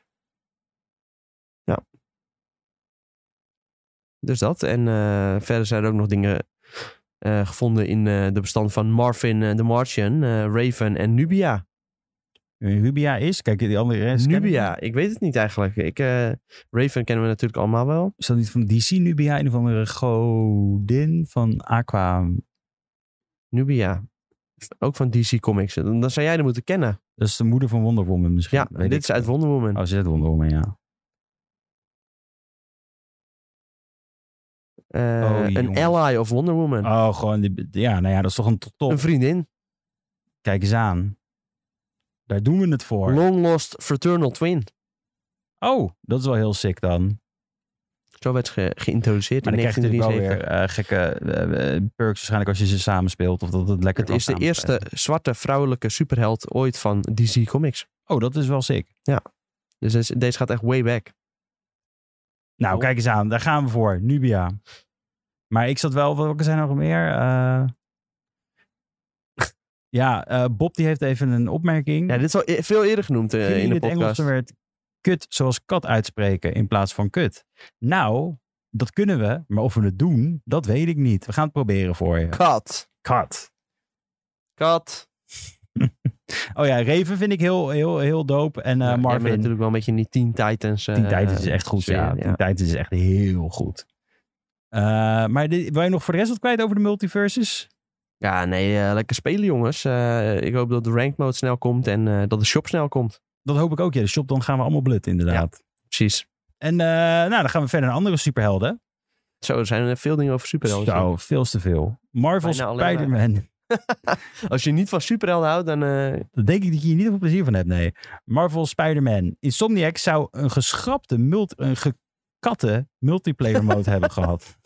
Ja. Dus dat. En uh, verder zijn er ook nog dingen uh, gevonden in uh, de bestand van Marvin uh, the Martian, uh, Raven en Nubia. Nubia is? Kijk, die andere rest. Nubia, ik, ik weet het niet eigenlijk. Ik, uh, Raven kennen we natuurlijk allemaal wel. Is dat niet van D C Nubia? Een of andere godin van Aqua? Nubia. Ook van D C Comics. Dan zou jij er moeten kennen. Dat is de moeder van Wonder Woman misschien. Ja, weet dit ik. is uit Wonder Woman. Oh, ze is uit Wonder Woman, ja. Uh, oh, een ally of Wonder Woman. Oh, gewoon, die, ja, nou ja, dat is toch een top. Een vriendin. Kijk eens aan. Daar doen we het voor. Long Lost Fraternal Twin. Oh, dat is wel heel sick dan. Zo werd ge- geïntroduceerd maar in negentien drieënzeventig. Maar dan krijg je wel weer uh, gekke uh, perks waarschijnlijk als je ze samenspeelt. Of dat het lekker Het is de eerste zwarte vrouwelijke superheld ooit van D C Comics. Oh, dat is wel sick. Ja. Dus deze, deze gaat echt way back. Nou, oh. Kijk eens aan. Daar gaan we voor. Nubia. Maar ik zat wel... Welke zijn er nog meer? Uh... ja, uh, Bob die heeft even een opmerking. Ja, dit is al e- veel eerder genoemd uh, in de het podcast. Engels werd kut zoals kat uitspreken in plaats van kut. Nou, dat kunnen we. Maar of we het doen, dat weet ik niet. We gaan het proberen voor je. Kat. Kat. Kat. Oh ja, Raven vind ik heel, heel, heel dope. En uh, ja, Marvin. Jij bent natuurlijk wel een beetje in die Teen Titans. Uh, Teen Titans is echt goed, ja. Teen ja. Titans is echt heel goed. Uh, maar dit, wil je nog voor de rest wat kwijt over de multiverses? Ja, nee, uh, lekker spelen jongens. Uh, ik hoop dat de ranked mode snel komt en uh, dat de shop snel komt. Dat hoop ik ook, ja. De shop, dan gaan we allemaal blut, inderdaad. Ja, precies. En uh, nou, dan gaan we verder naar andere superhelden. Zo, er zijn veel dingen over superhelden. Zo, veel te veel. Marvel Spider-Man. Als je niet van superhelden houdt, dan... Uh... Dan denk ik dat je hier niet veel plezier van hebt, nee. Marvel Spider-Man. Insomniac zou een geschrapte, multi- een gekatte multiplayer mode hebben gehad.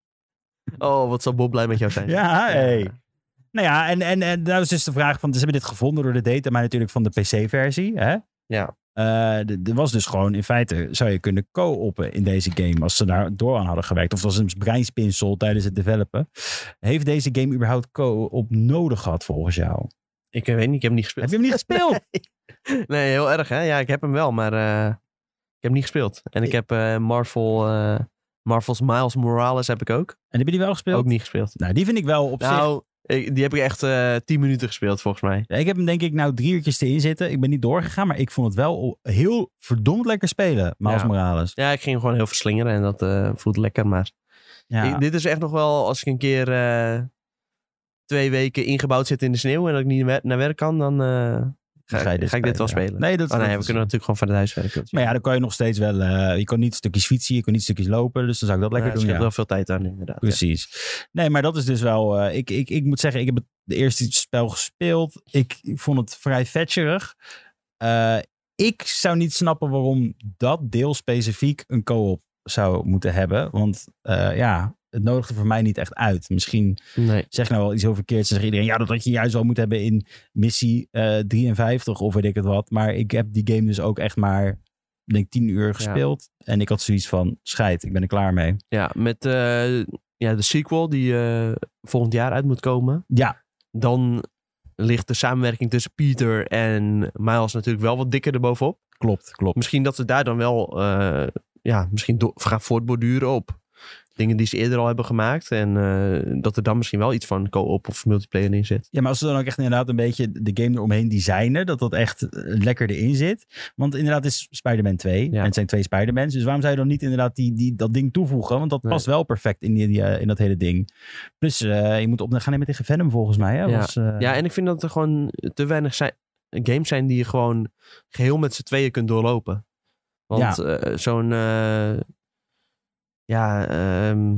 Oh, wat zal Bob blij met jou zijn. Ja, hey. Ja. Nou ja, en, en, en dat is dus de vraag van... Ze hebben dit gevonden door de data, maar natuurlijk van de P C-versie. Hè? Ja. Uh, er was dus gewoon, in feite, zou je kunnen co-oppen in deze game als ze daar door aan hadden gewerkt. Of het was een breinspinsel tijdens het developen. Heeft deze game überhaupt co-op nodig gehad volgens jou? Ik weet niet, ik heb hem niet gespeeld. Heb je hem niet gespeeld? nee. nee, heel erg hè. Ja, ik heb hem wel, maar uh, ik heb hem niet gespeeld. En ik heb uh, Marvel... Uh, Marvel's Miles Morales heb ik ook. En heb je die wel gespeeld? Ook niet gespeeld. Nou, die vind ik wel op nou, zich... Ik, die heb ik echt uh, tien minuten gespeeld, volgens mij. Ja, ik heb hem denk ik nou drie uurtjes erin zitten. Ik ben niet doorgegaan, maar ik vond het wel heel verdomd lekker spelen, Miles ja. Morales. Ja, ik ging hem gewoon heel verslingeren en dat uh, voelt lekker, maar... Ja. Ik, dit is echt nog wel, als ik een keer uh, twee weken ingebouwd zit in de sneeuw en dat ik niet naar werk kan, dan... Uh, Ga, ga, je dit ga ik dit wel spelen? Nee, dat, oh, nee dat we is... kunnen natuurlijk gewoon van het huis werken. Maar ja, dan kan je nog steeds wel... Uh, je kan niet stukjes fietsen, je kan niet stukjes lopen. Dus dan zou ik dat lekker ja, doen. Je hebt ja. wel veel tijd aan, inderdaad. Precies. Ja. Nee, maar dat is dus wel... Uh, ik, ik, ik moet zeggen, ik heb het de eerste spel gespeeld. Ik, ik vond het vrij vetcherig. Uh, ik zou niet snappen waarom dat deel specifiek een co-op zou moeten hebben. Want uh, ja... Het nodigde voor mij niet echt uit. Misschien nee. zeg ik nou wel iets heel verkeerds. Dan zegt iedereen, ja, dat had je juist wel moeten hebben in missie uh, drieënvijftig of weet ik het wat. Maar ik heb die game dus ook echt maar denk tien uur gespeeld. Ja. En ik had zoiets van, scheid, ik ben er klaar mee. Ja, met uh, ja, de sequel die uh, volgend jaar uit moet komen. Ja. Dan ligt de samenwerking tussen Peter en Miles natuurlijk wel wat dikker erbovenop. Klopt, klopt. Misschien dat ze daar dan wel uh, ja, misschien do- gaan voortborduren op dingen die ze eerder al hebben gemaakt. En uh, dat er dan misschien wel iets van co-op of multiplayer in zit. Ja, maar als ze dan ook echt inderdaad een beetje de game eromheen designen, dat dat echt lekker erin zit. Want inderdaad is Spider-Man twee. Ja. En het zijn twee Spider-Mans. Dus waarom zou je dan niet inderdaad die, die, dat ding toevoegen? Want dat nee. past wel perfect in, die, die, in dat hele ding. Plus, uh, je moet op gaan nemen tegen Venom volgens mij. Hè? Ja. Was, uh... ja, en ik vind dat er gewoon te weinig zijn, games zijn die je gewoon geheel met z'n tweeën kunt doorlopen. Want ja. uh, zo'n... Uh, Ja, um,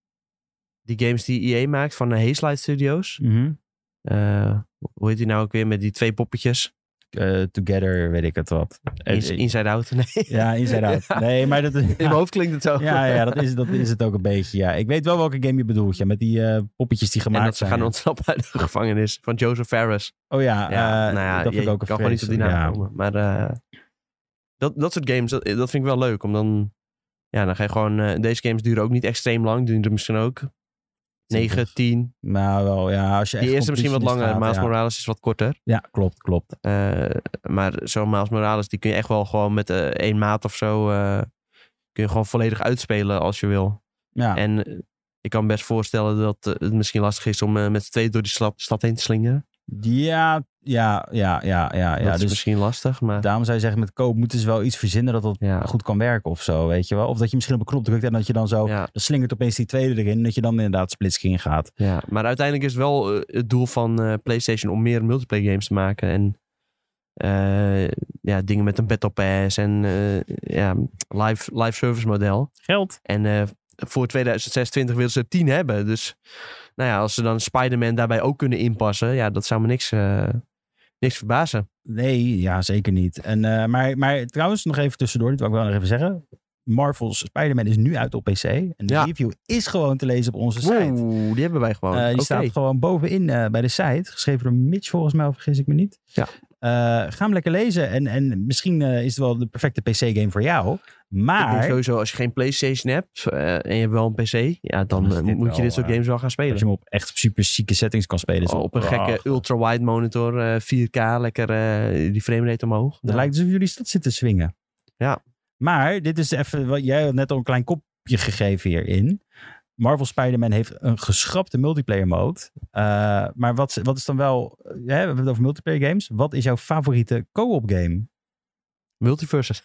die games die E A maakt van de Hazelight Studios. Mm-hmm. Uh, hoe heet die nou ook weer met die twee poppetjes? Uh, together, weet ik het wat. In, inside Out, nee. Ja, Inside Out. Nee, maar dat is... In mijn hoofd klinkt het zo. Ja, ja dat, is, dat is het ook een beetje, ja. Ik weet wel welke game je bedoelt, ja. Met die uh, poppetjes die gemaakt zijn. En dat ze zijn, gaan ontsnappen uit de gevangenis van Joseph Ferris. Oh ja, ja uh, nou ja, dat vind ik ook een kan gewoon niet op die naam ja. komen. Maar uh, dat, dat soort games, dat, dat vind ik wel leuk. Om dan... Ja, dan ga je gewoon... Uh, deze games duren ook niet extreem lang. Duren er misschien ook negen, tien. Nou wel, ja. Als je echt die eerste misschien wat langer. Staat, Miles ja. Morales is wat korter. Ja, klopt, klopt. Uh, maar zo'n Miles Morales, die kun je echt wel gewoon met uh, één maat of zo... Uh, kun je gewoon volledig uitspelen als je wil. Ja. En uh, ik kan me best voorstellen dat uh, het misschien lastig is om uh, met z'n tweeën door die stad, stad heen te slingeren. Ja, ja, ja, ja. ja, ja. Dat is dus misschien lastig, maar... Daarom zou je zeggen, met koop moeten ze wel iets verzinnen dat dat ja. goed kan werken of zo, weet je wel. Of dat je misschien op een knop drukt en dat je dan zo... Ja. Dan slingert opeens die tweede erin en dat je dan inderdaad splitscreen gaat. Ja, maar uiteindelijk is wel uh, het doel van uh, PlayStation om meer multiplayer games te maken. En uh, ja, dingen met een Battle Pass en uh, ja, live, live service model. Geld. En uh, voor tweeduizend zesentwintig willen ze tien hebben, dus... Nou ja, als ze dan Spider-Man daarbij ook kunnen inpassen... Ja, dat zou me niks, uh, niks verbazen. Nee, ja, zeker niet. En, uh, maar, maar trouwens, nog even tussendoor. Dit wil ik wel nog even zeggen. Marvel's Spider-Man is nu uit op P C. En de ja. review is gewoon te lezen op onze site. Oeh, die hebben wij gewoon. Uh, die okay. staat gewoon bovenin uh, bij de site. Geschreven door Mitch volgens mij, of vergis ik me niet. Ja. Uh, ga hem lekker lezen. En, en misschien uh, is het wel de perfecte P C-game voor jou. Maar... Ik denk sowieso, als je geen PlayStation hebt uh, en je hebt wel een P C... Ja, dan, dan moet wel, je dit soort uh, games wel gaan spelen. Als je hem op echt super chique settings kan spelen. Oh, op een gekke ultra-wide monitor, uh, vier K, lekker uh, die framerate omhoog. Het ja. lijkt alsof jullie stad zitten swingen. Ja. Maar dit is even... Wat, jij had net al een klein kopje gegeven hierin. Marvel Spider-Man heeft een geschrapte multiplayer mode. Uh, maar wat, wat is dan wel... Hè, we hebben het over multiplayer games. Wat is jouw favoriete co-op game? Multiverses.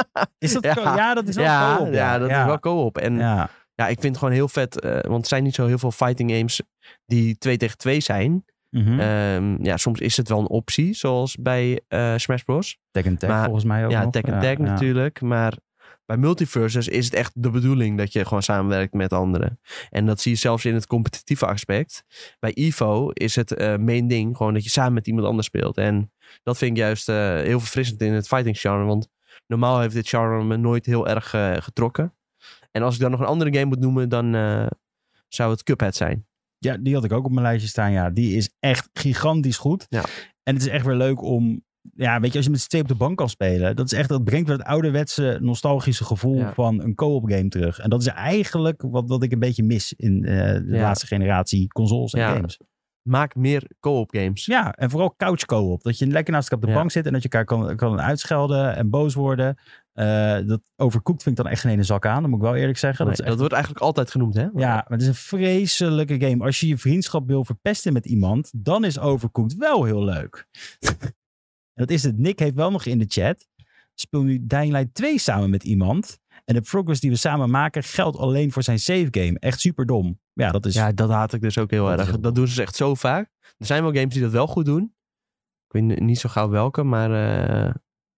Is dat ja. Co- ja, dat is wel ja, co-op. Ja, ja dat ja. is wel co-op. En ja. ja, ik vind het gewoon heel vet. Uh, want er zijn niet zo heel veel fighting games die twee tegen twee zijn. Mm-hmm. Um, ja, soms is het wel een optie. Zoals bij uh, Smash Bros. Tekken Tag maar, volgens mij ook Ja, nog. Tekken Tag ja, natuurlijk. Ja. Maar bij Multiverses is het echt de bedoeling dat je gewoon samenwerkt met anderen. En dat zie je zelfs in het competitieve aspect. Bij Evo is het uh, main ding gewoon dat je samen met iemand anders speelt. En dat vind ik juist uh, heel verfrissend in het fighting genre. Want normaal heeft dit genre me nooit heel erg uh, getrokken. En als ik dan nog een andere game moet noemen, dan uh, zou het Cuphead zijn. Ja, die had ik ook op mijn lijstje staan. Ja, die is echt gigantisch goed. Ja. En het is echt weer leuk om... Ja, weet je, als je met z'n tweeën op de bank kan spelen. Dat is echt, dat brengt weer het ouderwetse nostalgische gevoel ja. van een co-op game terug. En dat is eigenlijk wat, wat ik een beetje mis in uh, de ja. laatste generatie consoles en ja. games. Maak meer co-op games. Ja, en vooral couch co-op. Dat je lekker naast elkaar op de ja. bank zit en dat je elkaar kan, kan uitschelden en boos worden. Uh, dat overkoekt vind ik dan echt geen ene zak aan. Dat moet ik wel eerlijk zeggen. Nee, dat, is dat echt... wordt eigenlijk altijd genoemd, hè? Ja, maar het is een vreselijke game. Als je je vriendschap wil verpesten met iemand, dan is overkoekt wel heel leuk. En dat is het. Nick heeft wel nog in de chat. Speel nu Dying Light twee samen met iemand. En de progress die we samen maken geldt alleen voor zijn save game. Echt super dom. Ja, dat is... Ja, dat haat ik dus ook heel dat erg. Dat doen ze echt zo vaak. Er zijn wel games die dat wel goed doen. Ik weet niet zo gauw welke, maar... Uh...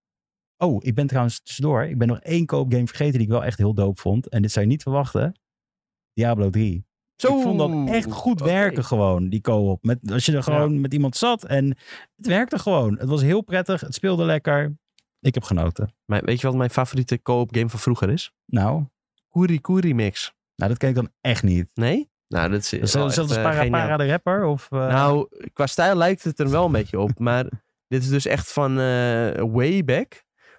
Oh, ik ben trouwens tussendoor. Ik ben nog één co-op game vergeten die ik wel echt heel dope vond. En dit zou je niet verwachten. Diablo drie. Zo, ik vond dat echt goed okay. werken gewoon, die co-op. Met, als je er gewoon ja. met iemand zat en het werkte gewoon. Het was heel prettig, het speelde lekker. Ik heb genoten. Maar weet je wat mijn favoriete co-op game van vroeger is? Nou? Kuri Kuri Mix. Nou, dat ken ik dan echt niet. Nee? Nou, dat is... Is dat als Para Para de rapper? Of, uh... Nou, qua stijl lijkt het er wel een beetje op. Maar dit is dus echt van uh, way back.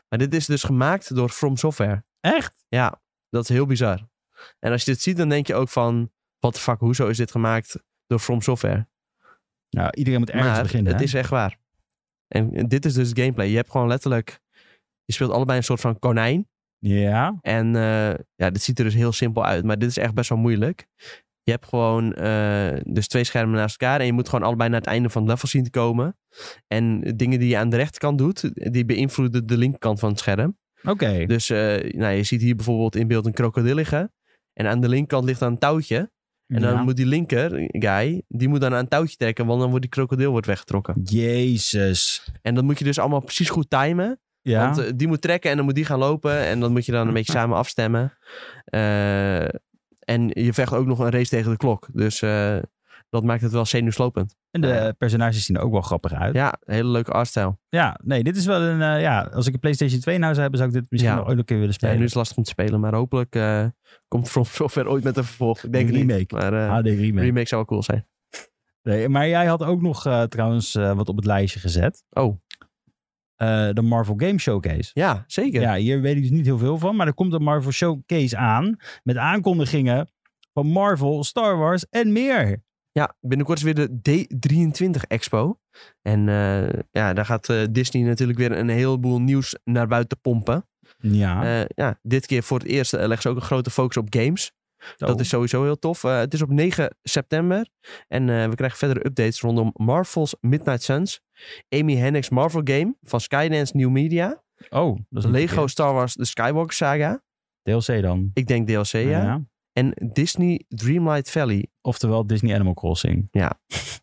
Maar dit is dus gemaakt door From Software. Echt? Ja, dat is heel bizar. En als je dit ziet, dan denk je ook van... What the fuck, hoezo is dit gemaakt door From Software? Nou, iedereen moet ergens maar beginnen. het hè? is echt waar. En dit is dus het gameplay. Je hebt gewoon letterlijk... Je speelt allebei een soort van konijn. Ja. En uh, ja, dit ziet er dus heel simpel uit. Maar dit is echt best wel moeilijk. Je hebt gewoon uh, dus twee schermen naast elkaar. En je moet gewoon allebei naar het einde van het level zien te komen. En dingen die je aan de rechterkant dout, die beïnvloeden de linkerkant van het scherm. Oké. Okay. Dus uh, nou, je ziet hier bijvoorbeeld in beeld een krokodil liggen. En aan de linkerkant ligt dan een touwtje. En dan ja. moet die linker guy, die moet dan aan een touwtje trekken. Want dan wordt die krokodil wordt weggetrokken. Jezus. En dat moet je dus allemaal precies goed timen. Ja. Want uh, die moet trekken en dan moet die gaan lopen. En dan moet je dan een beetje samen afstemmen. Uh, en je vecht ook nog een race tegen de klok. Dus uh, dat maakt het wel zenuwslopend. En de uh, personages zien er ook wel grappig uit. Ja, een hele leuke artstijl. Ja, nee, dit is wel een... Uh, ja, als ik een PlayStation twee nou zou hebben, zou ik dit misschien ja. nog ooit een keer willen spelen. Ja, nu is het lastig om te spelen. Maar hopelijk uh, komt From Software ooit met een vervolg. Ik denk een remake. Niet, maar uh, H D remake. remake zou wel cool zijn. Nee, maar jij had ook nog uh, trouwens uh, wat op het lijstje gezet. Oh. Uh, de Marvel Game Showcase. Ja, zeker. Ja, hier weet ik dus niet heel veel van. Maar er komt een Marvel Showcase aan. Met aankondigingen van Marvel, Star Wars en meer. Ja, binnenkort is weer de D drieëntwintig Expo. En uh, ja, daar gaat uh, Disney natuurlijk weer een heleboel nieuws naar buiten pompen. Ja. Uh, ja, dit keer voor het eerst uh, leggen ze ook een grote focus op games. Oh. Dat is sowieso heel tof. Uh, het is op negen september. En uh, we krijgen verdere updates rondom Marvel's Midnight Suns. Amy Hennig's Marvel game van Skydance New Media. Oh, dat is Lego verkeerd. Star Wars The Skywalker Saga. D L C dan? Ik denk D L C, ja. ja. ja. En Disney Dreamlight Valley. Oftewel Disney Animal Crossing. Ja.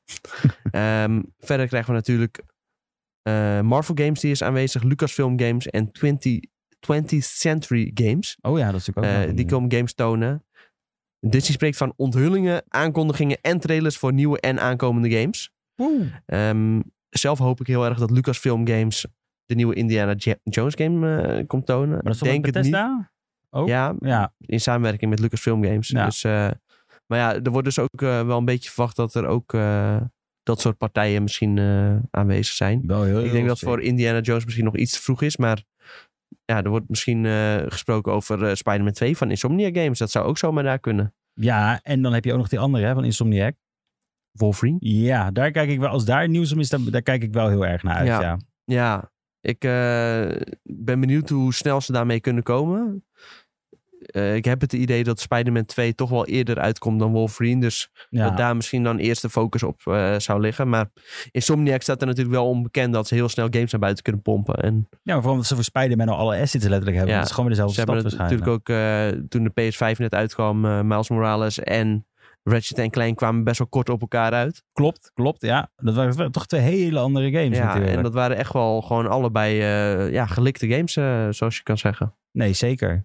um, verder krijgen we natuurlijk uh, Marvel Games die is aanwezig. Lucasfilm Games en twentieth Century Games. Oh ja, dat is natuurlijk ook. Uh, die komen games tonen. Disney spreekt van onthullingen, aankondigingen en trailers voor nieuwe en aankomende games. Um, zelf hoop ik heel erg dat Lucasfilm Games de nieuwe Indiana Jones game uh, komt tonen. Maar dat is toch Denk met Bethesda? Ook? Ja, ja, in samenwerking met Lucasfilm Games. Ja. Dus, uh, maar ja, er wordt dus ook uh, wel een beetje verwacht dat er ook uh, dat soort partijen misschien uh, aanwezig zijn. Wel heel, heel ik denk dat sick. voor Indiana Jones misschien nog iets te vroeg is, maar ja, er wordt misschien uh, gesproken over uh, Spider-Man twee van Insomniac Games. Dat zou ook zomaar daar kunnen. Ja, en dan heb je ook nog die andere hè, van Insomniac. Wolverine? Ja, daar kijk ik wel. Als daar nieuws om is, daar, daar kijk ik wel heel erg naar uit. Ja, ja. ja ik uh, ben benieuwd hoe snel ze daarmee kunnen komen. Uh, ik heb het idee dat Spider-Man twee toch wel eerder uitkomt dan Wolverine. Dus ja. dat daar misschien dan eerst de focus op uh, zou liggen. Maar Insomniac staat er natuurlijk wel onbekend dat ze heel snel games naar buiten kunnen pompen. En ja, maar vooral omdat ze voor Spider-Man al alle assets letterlijk hebben. Ja. Dat is gewoon weer dezelfde stap waarschijnlijk. Ze hebben natuurlijk ook, uh, toen de P S vijf net uitkwam, uh, Miles Morales en Ratchet en Clank kwamen best wel kort op elkaar uit. Klopt, klopt, ja. Dat waren toch twee hele andere games ja, natuurlijk. En dat waren echt wel gewoon allebei uh, ja, gelikte games, uh, zoals je kan zeggen. Nee, zeker.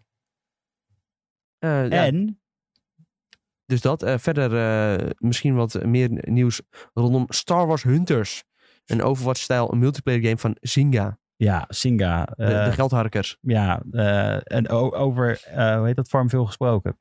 Uh, en? Ja. Dus dat. Uh, verder uh, misschien wat meer nieuws rondom Star Wars Hunters. Een Overwatch-stijl multiplayer game van Zynga. Ja, Zynga. Uh, de, de geldharkers. Ja, uh, en over, uh, hoe heet dat, Farmville gesproken?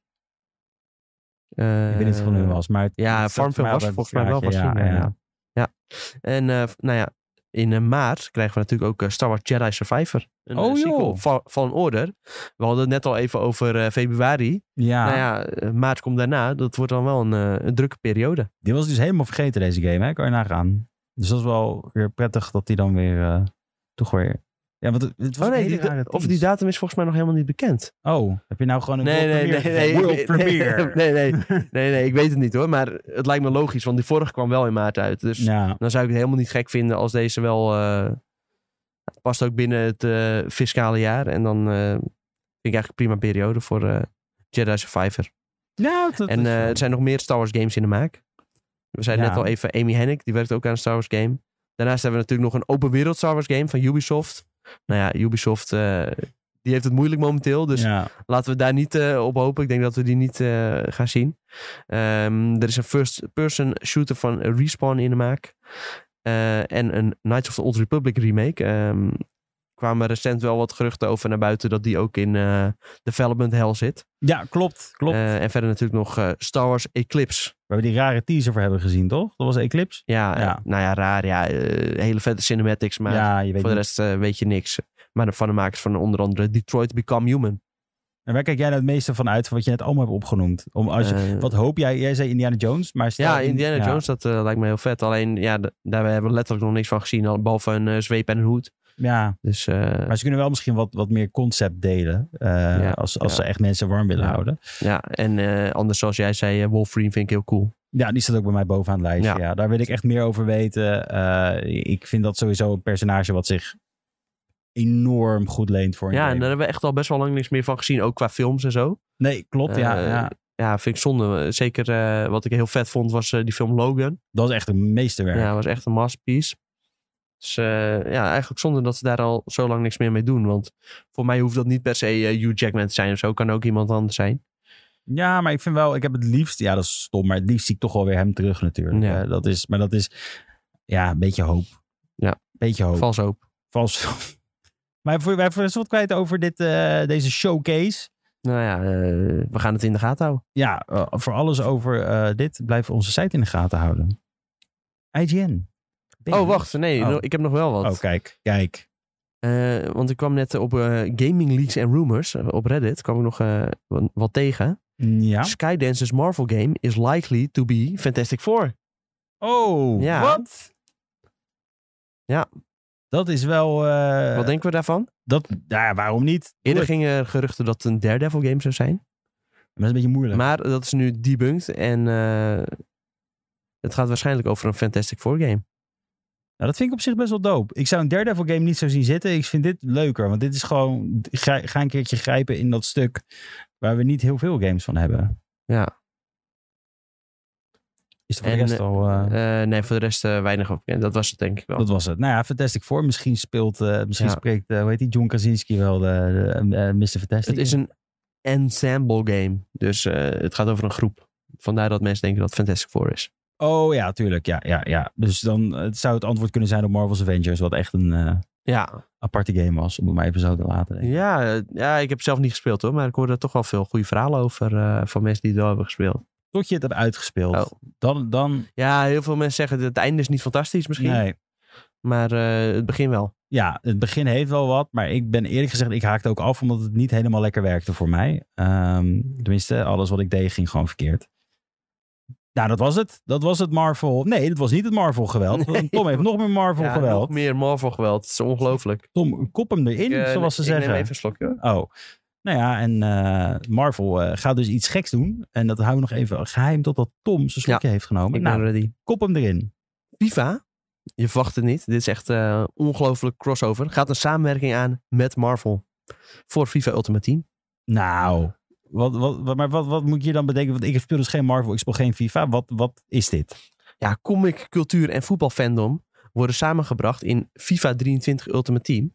Uh, ik weet niet of het van hun was, maar... Het, ja, het Farmville was volgens mij wel van Zynga. Ja, ja. ja. En uh, nou ja, in uh, maart krijgen we natuurlijk ook uh, Star Wars Jedi Survivor. Een oh, uh, sequel van, van Order. We hadden het net al even over uh, februari. Ja. Nou ja, uh, maart komt daarna. Dat wordt dan wel een, uh, een drukke periode. Die was dus helemaal vergeten, deze game. Hè? Kan je nagaan. Dus dat is wel weer prettig dat die dan weer... Uh, toch weer... Ja, want het, het was oh nee, een hele die, rare of die datum is volgens mij nog helemaal niet bekend. Oh, heb je nou gewoon een nee, world nee, premiere? Nee, nee, world premiere. Nee, nee, nee, nee, nee, ik weet het niet hoor. Maar het lijkt me logisch, want die vorige kwam wel in maart uit. Dus ja. dan zou ik het helemaal niet gek vinden als deze wel... Uh, past ook binnen het uh, fiscale jaar. En dan uh, vind ik eigenlijk een prima periode voor uh, Jedi Survivor. Ja, dat en is uh, er zijn nog meer Star Wars games in de maak. We zeiden ja. net al even Amy Hennig, die werkt ook aan een Star Wars game. Daarnaast hebben we natuurlijk nog een open wereld Star Wars game van Ubisoft. Nou ja, Ubisoft uh, die heeft het moeilijk momenteel. Dus ja. laten we daar niet uh, op hopen. Ik denk dat we die niet uh, gaan zien. Um, er is een first-person shooter van Respawn in de maak. Uh, en een Knights of the Old Republic remake. Um, kwamen recent wel wat geruchten over naar buiten dat die ook in uh, development hell zit. Ja, klopt. klopt. Uh, en verder natuurlijk nog uh, Star Wars Eclipse. Waar we die rare teaser voor hebben gezien, toch? Dat was Eclipse? Ja, ja. Uh, nou ja, raar. Ja, uh, hele vette cinematics, maar ja, je weet voor de rest uh, weet je niks. Maar van de makers van onder andere Detroit Become Human. En waar kijk jij nou het meeste van uit, van wat je net allemaal hebt opgenoemd? Om als je, Uh, wat hoop jij? Jij zei Indiana Jones, maar stel ja, in- Indiana ja, Jones, dat uh, lijkt me heel vet. Alleen, ja, d- daar hebben we letterlijk nog niks van gezien. al- Behalve een uh, zweep en een hoed. Ja, Dus, uh, maar ze kunnen wel misschien wat, wat meer concept delen. Uh, Ja, als als ja. ze echt mensen warm willen Ja. houden. ja, en uh, anders zoals jij zei, uh, Wolverine vind ik heel cool. Ja, die staat ook bij mij bovenaan het lijstje. Ja. Ja. Daar wil ik echt meer over weten. Uh, ik vind dat sowieso een personage wat zich enorm goed leent voor een Ja, en game. daar hebben we echt al best wel lang niks meer van gezien. Ook qua films en zo. Nee, klopt. Ja, Uh, ja. Ja, vind ik zonde. Zeker uh, wat ik heel vet vond was uh, die film Logan. Dat is echt een meesterwerk. Ja, was echt een masterpiece. Dus uh, ja, eigenlijk zonde dat ze daar al zo lang niks meer mee doen. Want voor mij hoeft dat niet per se uh, Hugh Jackman te zijn of zo. Kan ook iemand anders zijn. Ja, maar ik vind wel, ik heb het liefst, ja dat is stom, maar het liefst zie ik toch wel weer hem terug natuurlijk. Ja. Uh, dat is, maar dat is, ja, een beetje hoop. Ja. Beetje hoop. Vals hoop. Vals. Maar voor, wij voor wat kwijt over dit, uh, deze showcase. Nou ja, uh, we gaan het in de gaten houden. Ja, uh, voor alles over uh, dit blijven we onze site in de gaten houden. I G N. Baby. Oh, wacht. Nee, Oh. no, ik heb nog wel wat. Oh, kijk. Kijk. Uh, want ik kwam net op uh, Gaming Leaks and Rumors. Uh, op Reddit kwam ik nog uh, wat, wat tegen. Ja. Skydance's Marvel game is likely to be Fantastic Four. Oh, Ja. wat? Ja. Dat is wel... Uh, Wat denken we daarvan? Dat, ja, waarom niet? Eerder Goed. gingen er geruchten dat het een Daredevil game zou zijn. Maar dat is een beetje moeilijk. Maar dat is nu debunked. En uh, het gaat waarschijnlijk over een Fantastic Four game. Nou, dat vind ik op zich best wel dope. Ik zou een Daredevil game niet zo zien zitten. Ik vind dit leuker. Want dit is gewoon... Ga, ga een keertje grijpen in dat stuk... waar we niet heel veel games van hebben. Ja. Is er voor de rest al... Uh, uh, nee, voor de rest uh, weinig op. Ja, dat was het denk ik wel. Dat was het. Nou ja, Fantastic Four. Misschien speelt... Uh, misschien Ja. spreekt... Uh, hoe heet die? John Krasinski wel de, de uh, mister Fantastic. Het is een ensemble game. Dus uh, het gaat over een groep. Vandaar dat mensen denken dat het Fantastic Four is. Oh ja, tuurlijk. Ja, ja, ja. Dus dan het zou het antwoord kunnen zijn op Marvel's Avengers. Wat echt een uh, Ja. aparte game was. Om het maar even zo te laten. Denk ik. Ja, ja, ik heb zelf niet gespeeld hoor. Maar ik hoorde er toch wel veel goede verhalen over. Uh, van mensen die het wel hebben gespeeld. Tot je het hebt uitgespeeld. Oh. Dan, dan... Ja, heel veel mensen zeggen dat het einde is niet fantastisch misschien. Nee. Maar uh, het begin wel. Ja, het begin heeft wel wat. Maar ik ben eerlijk gezegd, ik haakte ook af omdat het niet helemaal lekker werkte voor mij. Um, tenminste, alles wat ik deed ging gewoon verkeerd. Nou, dat was het. Dat was het Marvel. Nee, dat was niet het Marvel geweld. Nee. Tom heeft nog meer Marvel ja, geweld. Nog meer Marvel geweld. Het is ongelooflijk. Tom, kop hem erin, ik, uh, zoals ze ik zeggen. Ik neem even een slokje. Oh. Nou ja, en uh, Marvel uh, gaat dus iets geks doen. En dat houden we nog even geheim totdat Tom zijn slokje ja, heeft genomen. Ik nou, ben ready. Kop hem erin. FIFA, je verwacht het niet. Dit is echt uh, ongelooflijk crossover. Gaat een samenwerking aan met Marvel. Voor FIFA Ultimate Team. Nou, wat, wat, wat, maar wat, wat moet je dan bedenken? Want ik speel dus geen Marvel, ik speel geen FIFA. Wat, wat is dit? Ja, comic, cultuur en voetbalfandom worden samengebracht in FIFA drieëntwintig Ultimate Team.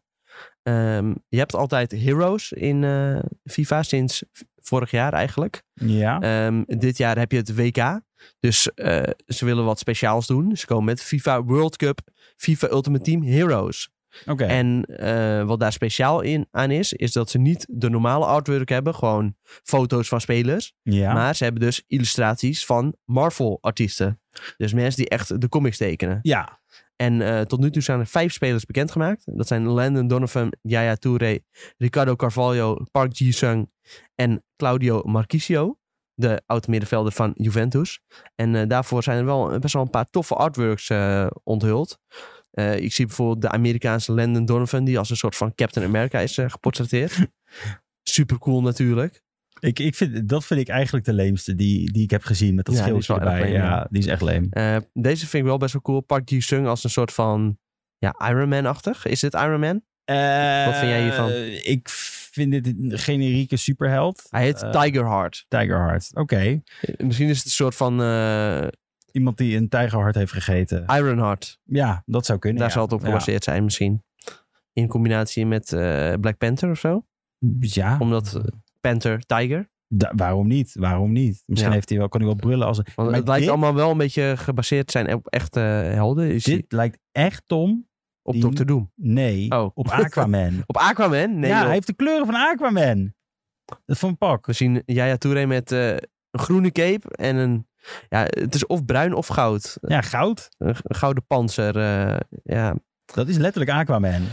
Um, je hebt altijd heroes in uh, FIFA sinds vorig jaar eigenlijk. Ja. Um, dit jaar heb je het W K. Dus uh, ze willen wat speciaals doen. Ze komen met FIFA World Cup, FIFA Ultimate Team Heroes. Okay. En uh, wat daar speciaal in, aan is, is dat ze niet de normale artwork hebben. Gewoon foto's van spelers. Ja. Maar ze hebben dus illustraties van Marvel-artiesten. Dus mensen die echt de comics tekenen. Ja. En uh, tot nu toe zijn er vijf spelers bekendgemaakt. Dat zijn Landon Donovan, Yaya Touré, Ricardo Carvalho, Park Ji-sung en Claudio Marchisio. De oud-middenvelder van Juventus. En uh, daarvoor zijn er wel best wel een paar toffe artworks uh, onthuld. Uh, ik zie bijvoorbeeld de Amerikaanse Landon Donovan, die als een soort van Captain America is uh, geportretteerd. Super cool natuurlijk. Ik, ik vind, dat vind ik eigenlijk de leemste die, die ik heb gezien met dat ja, schildje erbij. Leem, ja, ja, die is echt leem. Uh, deze vind ik wel best wel cool. Park Ji-sung als een soort van ja, Iron Man-achtig. Is dit Iron Man? Uh, Wat vind jij hiervan? Ik vind dit een generieke superheld. Hij heet uh, Tigerheart. Tigerheart, oké. Okay. Misschien is het een soort van... Uh, Iemand die een tijgerhart heeft gegeten. Ironheart. Ja, dat zou kunnen. Daar ja. zal het op gebaseerd ja. zijn misschien. In combinatie met uh, Black Panther of zo. Ja. Omdat uh, Panther, Tiger. Da- waarom niet? Waarom niet? Misschien ja. heeft hij wel, kan hij wel brullen als... Want het dit, lijkt allemaal wel een beetje gebaseerd zijn op echte uh, helden. Is dit die... lijkt echt Tom... Op die... dokter Doom? Nee, oh. op Aquaman. Op Aquaman? Nee, ja, joh. hij heeft de kleuren van Aquaman. Dat van pak. We zien Yaya Touré met uh, een groene cape en een... Ja, het is of bruin of goud. Ja, goud. Een, een gouden panzer. Uh, ja. Dat is letterlijk Aquaman.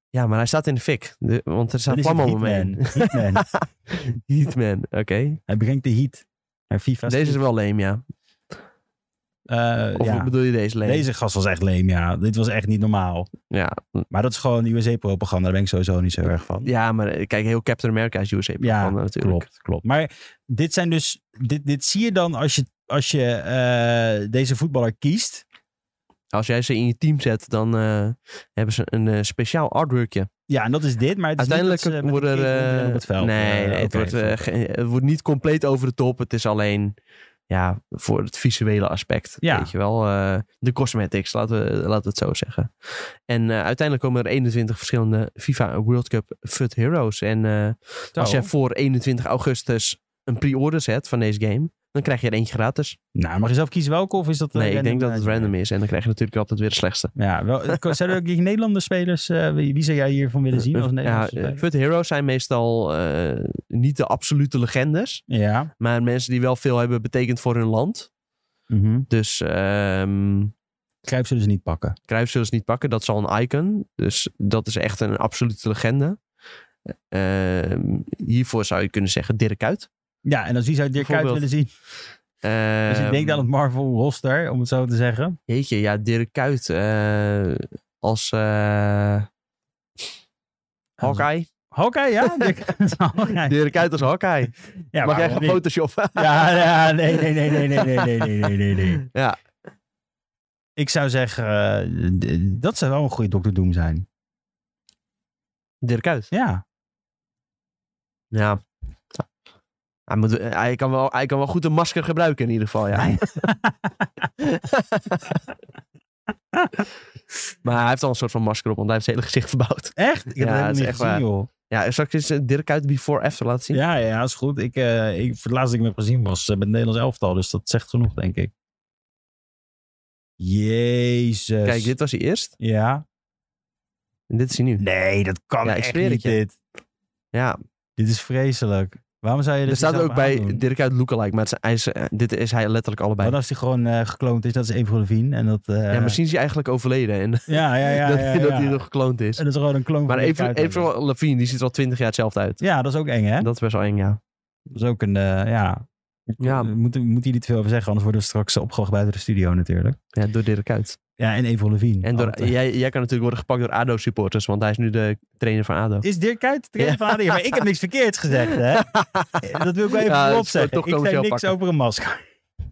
Ja, maar hij staat in de fik. De, want er staat Dan is vlam het om hem heen. Heatman. Heatman. Heatman, oké. Okay. Hij brengt de heat naar FIFA. Deze is wel lame, ja. Uh, of ja. bedoel je deze lame? Deze gast was echt lame, ja. Dit was echt niet normaal. Ja. Maar dat is gewoon U S A-propaganda. Daar ben ik sowieso niet zo erg van. Ja, maar kijk, heel Captain America is U S A-propaganda ja, natuurlijk. klopt, klopt. Maar dit zijn dus... Dit, dit zie je dan als je, als je uh, deze voetballer kiest. Als jij ze in je team zet, dan uh, hebben ze een uh, speciaal artworkje. Ja, en dat is dit, maar het is uiteindelijk niet dat ze worden er... Uh, op het veld. Nee, uh, nee het, wordt, uh, ge, het wordt niet compleet over de top. Het is alleen... Ja, voor het visuele aspect. Ja. Weet je wel. Uh, de cosmetics, laten we, laten we het zo zeggen. En uh, uiteindelijk komen er eenentwintig verschillende FIFA World Cup F U T Heroes. En uh, als jij voor eenentwintig augustus een pre-order zet van deze game, dan krijg je er eentje gratis. Nou, mag je zelf kiezen welke? Of is dat nee, ik denk dat het random is. En dan krijg je natuurlijk altijd weer de slechtste. Ja, wel, zijn er ook die Nederlandse spelers? Uh, wie, wie zou jij hiervan willen zien? Als ja, F U T Heroes zijn meestal uh, niet de absolute legendes. Ja. Maar mensen die wel veel hebben betekend voor hun land. Mm-hmm. Dus... Um, Cruijff zullen ze niet pakken. Cruijff zullen ze niet pakken. Dat is al een icon. Dus dat is echt een absolute legende. Uh, hiervoor zou je kunnen zeggen Dirk Kuyt. Ja, en als wie zou je Dirk Kuyt willen zien? Uh, als je denkt aan het Marvel roster, om het zo te zeggen. Jeetje, ja, Dirk Kuyt uh, als uh, Hawkeye. Hawkeye, ja? Dirk, Dirk Kuyt als Hawkeye. Ja, mag jij gaan photoshoppen? ja, ja, nee, nee, nee, nee, nee, nee, nee, nee, nee, nee. Ja. Ik zou zeggen, uh, dat zou wel een goede dokter Doom zijn. Dirk Kuyt? Ja. Ja. Hij, moet, hij, kan wel, hij kan wel goed een masker gebruiken in ieder geval, ja. Nee. Maar hij heeft al een soort van masker op, want hij heeft zijn hele gezicht verbouwd. Echt? Ik heb ja, het helemaal niet echt gezien, waar. joh. Ja, zal ik eens Dirk Kuyt before after laten zien? Ja, ja, is goed. Ik, uh, ik, voor het laatste dat ik hem heb gezien was uh, met het Nederlands elftal, dus dat zegt genoeg, denk ik. Jezus. Kijk, dit was hij eerst. Ja. En dit is hij nu. Nee, dat kan ja, echt niet, dit. Ja. Dit is vreselijk. Waarom zou je dit Er staat ook bij aandoen? Dirk Kuyt lookalike, maar het is, hij is, dit is hij letterlijk allebei. Wat als hij gewoon uh, gekloond is? Dat is Avril Lavigne. En dat, uh... Ja, misschien is hij eigenlijk overleden. En ja, ja, ja. dat, ja, ja. dat hij nog gekloond is. En dat is gewoon een kloon maar van Avril Lavigne, die ziet er al twintig jaar hetzelfde uit. Ja, dat is ook eng, hè? Dat is best wel eng, ja. Dat is ook een, uh, ja... ja. We moeten, we moeten hier niet te veel over zeggen, anders worden we straks opgewacht buiten de studio natuurlijk. Ja, door Dirk Kuyt. Ja, en Avril Lavigne. En door, jij, jij kan natuurlijk worden gepakt door A D O-supporters, want hij is nu de trainer van A D O. Is Dirk Kuyt de trainer ja. van A D O? Ja, maar ik heb niks verkeerds gezegd, hè? Dat wil ik wel even ja, voorop zeggen. Ik zei niks pakken. over een masker.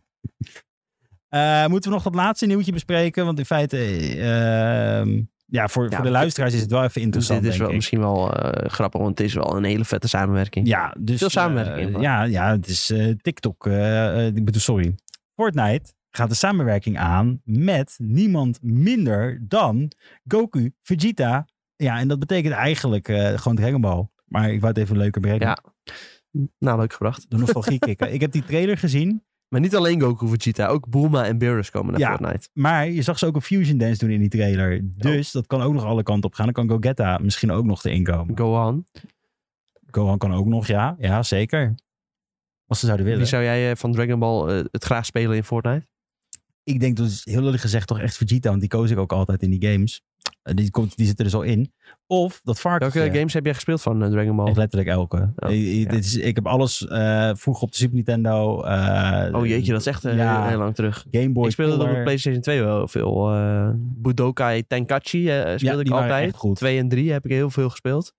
Uh, moeten we nog dat laatste nieuwtje bespreken? Want in feite, uh, ja, voor, ja, voor de luisteraars is het wel even interessant, dit is wel denk ik. misschien wel uh, grappig, want het is wel een hele vette samenwerking. Ja, dus... Veel samenwerking. Uh, ja, ja, het is uh, TikTok. Uh, ik bedoel, sorry. Fortnite gaat de samenwerking aan met niemand minder dan Goku, Vegeta. Ja, en dat betekent eigenlijk uh, gewoon Dragon Ball. Maar ik wou het even leuker brengen. Ja, nou leuk gebracht. De nostalgie kicken. Ik heb die trailer gezien. Maar niet alleen Goku, Vegeta, ook Bulma en Beerus komen naar ja, Fortnite. Maar je zag ze ook een Fusion Dance doen in die trailer. Dus oh. dat kan ook nog alle kanten op gaan. Dan kan Gogeta misschien ook nog erin komen. Gohan. Gohan kan ook nog, ja. Ja, zeker. Als ze zouden willen. Wie zou jij van Dragon Ball uh, het graag spelen in Fortnite? Ik denk dus heel eerlijk gezegd toch echt Vegeta. Want die koos ik ook altijd in die games. Uh, die, komt, die zit er dus al in. Of dat varkentje. Welke games heb jij gespeeld van uh, Dragon Ball? Echt letterlijk elke. Oh, ik, ja. dit is, ik heb alles uh, vroeger op de Super Nintendo. Uh, oh jeetje, dat is echt uh, ja, heel lang terug. Game Boy Ik speelde Color. op de PlayStation twee wel veel. Uh, Budokai Tenkaichi uh, speelde ja, ik altijd. Goed. twee en drie heb ik heel veel gespeeld.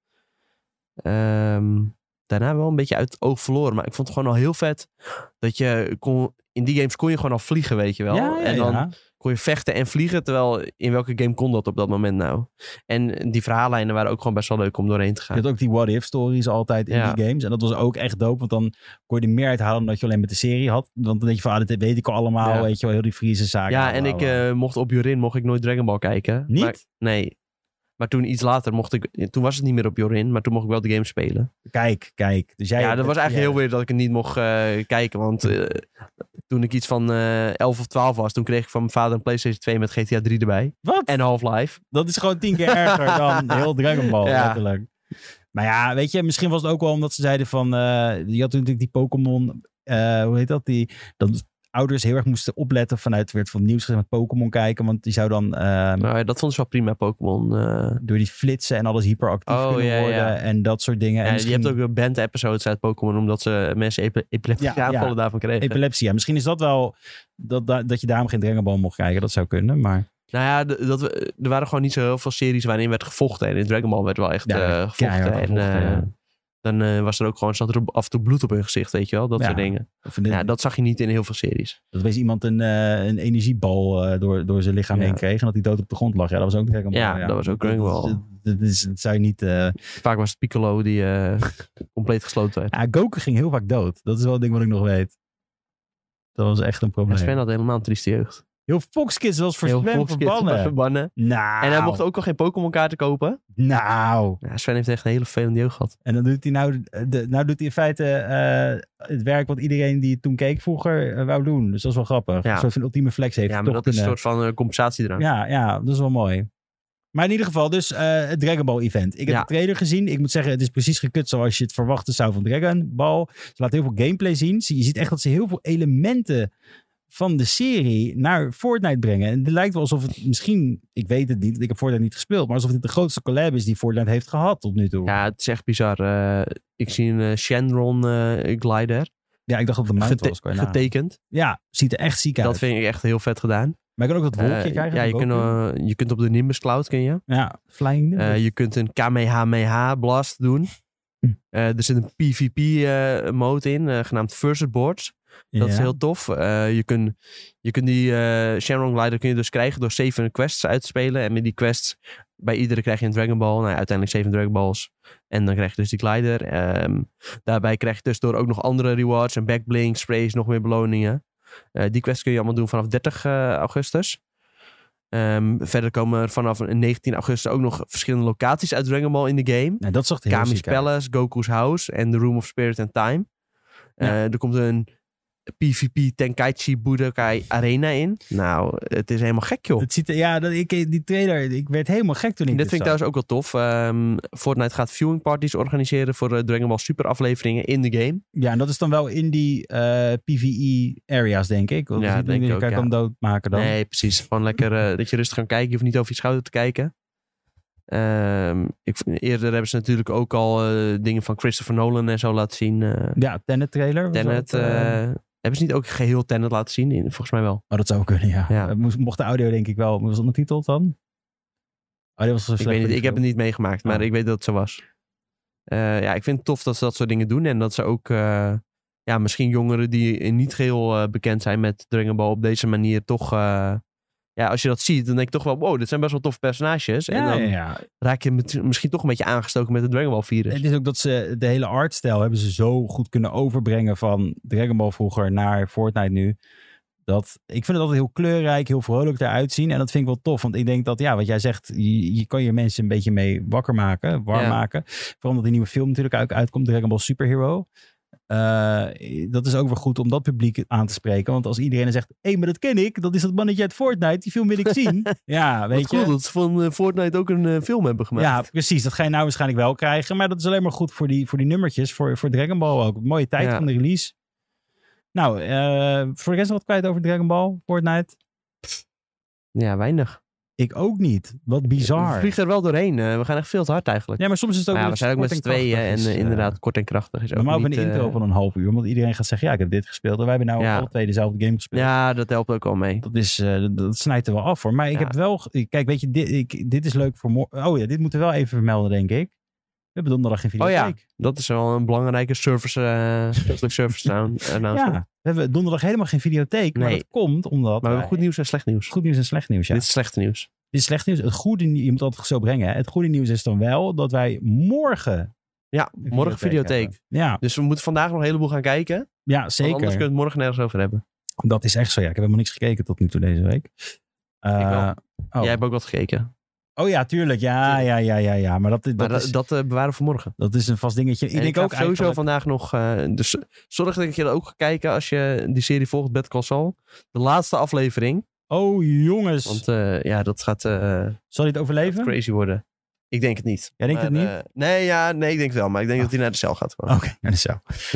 Um, daarna wel een beetje uit het oog verloren. Maar ik vond het gewoon al heel vet dat je kon... In die games kon je gewoon al vliegen, weet je wel. Ja, ja, en dan ja. kon je vechten en vliegen. Terwijl, in welke game kon dat op dat moment nou? En die verhaallijnen waren ook gewoon best wel leuk om doorheen te gaan. Je had ook die what-if stories altijd in ja. die games. En dat was ook echt dope. Want dan kon je er meer uithalen dan dat je alleen met de serie had. Want dan denk je van, ah, dit weet ik al allemaal. Ja. Weet je wel, heel die Friese zaken. Ja, en ik uh, mocht op Jorin mocht ik nooit Dragon Ball kijken. Niet? Maar, nee. Maar toen iets later mocht ik... Toen was het niet meer op Jorin, maar toen mocht ik wel de game spelen. Kijk, kijk. Dus jij ja, dat was eigenlijk heel weird dat ik het niet mocht uh, kijken. Want uh, toen ik iets van uh, elf of twaalf was, toen kreeg ik van mijn vader een PlayStation twee met G T A drie erbij. Wat? En Half-Life. Dat is gewoon tien keer erger dan heel Dragon Ball, ja. letterlijk. Maar ja, weet je, misschien was het ook wel omdat ze zeiden van... Uh, je had natuurlijk die Pokémon... Uh, hoe heet dat? Die, dat ouders heel erg moesten opletten vanuit werd van het nieuws gezegd met Pokémon kijken. Want die zou dan uh, nou ja, dat vond ze wel prima, Pokémon. Uh... door die flitsen en alles hyperactief oh, kunnen ja, worden ja. en dat soort dingen. Ja, en misschien... Je hebt ook band episodes uit Pokémon omdat ze mensen epi- epileptische ja, aanvallen ja. daarvan kregen. Epilepsie, ja. Misschien is dat wel dat, dat je daarom geen Dragon Ball mocht kijken. Dat zou kunnen, maar... Nou ja, de, dat we, er waren gewoon niet zo heel veel series waarin werd gevochten. En in Dragon Ball werd wel echt ja, uh, gevochten. En gevochten, uh, ja. dan uh, was er ook gewoon, zat er af en toe bloed op hun gezicht, weet je wel. Dat ja, soort dingen. Dit, ja, dat zag je niet in heel veel series. Dat wees iemand een, uh, een energiebal uh, door, door zijn lichaam ja. heen kreeg en dat hij dood op de grond lag. Ja, dat was ook Dragon Ball. Ja, ja. dat was ook Dragon Ball. Dat, dat, dat, dat zou je niet... Uh... Vaak was het Piccolo die uh, compleet gesloten werd. Ja, Goku ging heel vaak dood. Dat is wel een ding wat ik nog weet. Dat was echt een probleem. Ja, Sven had helemaal een trieste jeugd. Heel Fox Kids was voor Heel Sven verbannen. Was verbannen. Nou. En hij mocht ook al geen Pokémon kaarten kopen. Nou. Ja, Sven heeft echt een hele vervelende jeugd gehad. En dan doet hij nou, de, nou doet hij in feite uh, het werk wat iedereen die toen keek vroeger uh, wou doen. Dus dat is wel grappig. Ja. Een soort van ultieme flex heeft. Ja, maar dat kunnen... is een soort van uh, compensatiedrang. Ja, ja, dat is wel mooi. Maar in ieder geval dus uh, het Dragon Ball event. Ik heb ja. de trailer gezien. Ik moet zeggen, het is precies gekut zoals je het verwachten zou van Dragon Ball. Ze laten heel veel gameplay zien. Je ziet echt dat ze heel veel elementen van de serie naar Fortnite brengen. En het lijkt wel alsof het misschien, ik weet het niet, ik heb Fortnite niet gespeeld, maar alsof dit de grootste collab is die Fortnite heeft gehad tot nu toe. Ja, het is echt bizar. Uh, ik zie een uh, Shenron uh, glider. Ja, ik dacht dat het een mount Gete- was. Getekend. Ja, ziet er echt ziek uit. Dat vind ik echt heel vet gedaan. Maar je kan ook dat wolkje uh, krijgen. Ja, je, kun, uh, je kunt op de Nimbus Cloud, kun je. Ja, flying Nimbus. Uh, je kunt een Kamehameha blast doen. Hm. Uh, er zit een PvP uh, mode in, uh, genaamd Versus Boards. Dat ja. is heel tof. Uh, je, kun, je kunt die uh, Shenron Glider kun je dus krijgen door zeven quests uit te spelen. En met die quests, bij iedere krijg je een Dragon Ball. Nou, uiteindelijk zeven Dragon Balls. En dan krijg je dus die glider. Um, daarbij krijg je tussendoor ook nog andere rewards. En backblink, sprays, nog meer beloningen. Uh, die quests kun je allemaal doen vanaf dertig augustus. Um, verder komen er vanaf negentien augustus ook nog verschillende locaties uit Dragon Ball in de game. Nou, dat zag er heel Kami's Palace, Goku's House en The Room of Spirit and Time. Ja. Uh, er komt een PvP Tenkaichi Budokai Arena in. Nou, het is helemaal gek, joh. Het ziet er, ja, dat, ik, die trailer, ik werd helemaal gek toen ik dit vind ik trouwens ook wel tof. Um, Fortnite gaat viewing parties organiseren voor uh, Dragon Ball Super afleveringen in de game. Ja, en dat is dan wel in die uh, PvE areas, denk ik. Want ja, dat denk ik ook, elkaar ja. kan doodmaken dan. Nee, precies. Gewoon lekker uh, dat je rustig kan kijken. Je hoeft niet over je schouder te kijken. Um, ik, eerder hebben ze natuurlijk ook al uh, dingen van Christopher Nolan en zo laten zien. Uh, ja, Tenet trailer. Tenet, ook, uh, uh, hebben ze niet ook geheel Tenet laten zien? In, volgens mij wel. Oh, dat zou kunnen, ja. ja. Mocht, mocht de audio denk ik wel. Was dat ondertiteld dan? Oh, die was zo ik weet niet, ik heb het niet meegemaakt, maar oh. ik weet dat het zo was. Uh, ja, ik vind het tof dat ze dat soort dingen doen. En dat ze ook uh, ja, misschien jongeren die niet geheel uh, bekend zijn met Dragon Ball op deze manier toch... Uh, ja, als je dat ziet, dan denk ik toch wel, wow, dit zijn best wel toffe personages. Ja, en dan ja, ja. raak je met, misschien toch een beetje aangestoken met het Dragon Ball virus. Het is ook dat ze de hele artstijl hebben ze zo goed kunnen overbrengen van Dragon Ball vroeger naar Fortnite nu. Dat, ik vind het altijd heel kleurrijk, heel vrolijk eruit zien. En dat vind ik wel tof. Want ik denk dat, ja, wat jij zegt, je, je kan je mensen een beetje mee wakker maken, warm ja. maken. Vooral omdat die nieuwe film natuurlijk uit, uitkomt, Dragon Ball Superhero. Uh, dat is ook weer goed om dat publiek aan te spreken. Want als iedereen zegt, hé, hey, maar dat ken ik. Dat is dat mannetje uit Fortnite. Die film wil ik zien. Ja, weet Wat je. Wat cool dat ze van uh, Fortnite ook een uh, film hebben gemaakt. Ja, precies. Dat ga je nou waarschijnlijk wel krijgen. Maar dat is alleen maar goed voor die, voor die nummertjes. Voor, voor Dragon Ball ook. Mooie tijd ja. van de release. Nou, uh, voor de rest nog wat kwijt over Dragon Ball, Fortnite? Ja, weinig. Ik ook niet. Wat bizar. We vliegen er wel doorheen. Uh, we gaan echt veel te hard eigenlijk. Ja, maar soms is het ook... Maar ja, we zijn ook met z'n tweeën en uh, inderdaad kort en krachtig. Is normaal ook van een intro uh, van een half uur. Omdat iedereen gaat zeggen, ja, ik heb dit gespeeld. En wij hebben nou ja. alle twee dezelfde game gespeeld. Ja, dat helpt ook al mee. Dat, is, uh, dat, dat snijdt er wel af hoor. Maar ik ja. heb wel... Kijk, weet je, dit, ik, dit is leuk voor morgen. Oh ja, dit moeten we wel even vermelden, denk ik. We hebben donderdag geen videotheek. Oh ja, dat is wel een belangrijke service, uh, service nou, ja, we hebben donderdag helemaal geen videotheek. Nee. Maar dat komt omdat... Maar we hebben goed nieuws en slecht nieuws. Goed nieuws en slecht nieuws, ja. Dit is slechte nieuws. Dit is slecht nieuws. Het goede nieuws, je moet altijd zo brengen. Hè? Het goede nieuws is dan wel dat wij morgen... Ja, morgen videotheek. Ja. Dus we moeten vandaag nog een heleboel gaan kijken. Ja, zeker. Want anders kunnen we het morgen nergens over hebben. Dat is echt zo, ja. Ik heb helemaal niks gekeken tot nu toe deze week. Uh, Ik wel. Oh. Jij hebt ook wat gekeken. Oh ja, tuurlijk. Ja, ja, ja, ja, ja. Maar dat, dat, maar dat, is, dat uh, bewaren we voor morgen. Dat is een vast dingetje. Ik en denk ik ook sowieso eigenlijk... vandaag nog... Uh, dus zorg dat je dat ook gaat kijken als je die serie volgt, Better Call Saul. De laatste aflevering. Oh, jongens. Want uh, ja, dat gaat... Uh, Zal hij het overleven? Crazy worden. Ik denk het niet. Jij denkt maar, het niet? Uh, nee, ja, nee, ik denk het wel. Maar ik denk oh. dat hij naar de cel gaat. Oké, okay, naar de cel. Ja.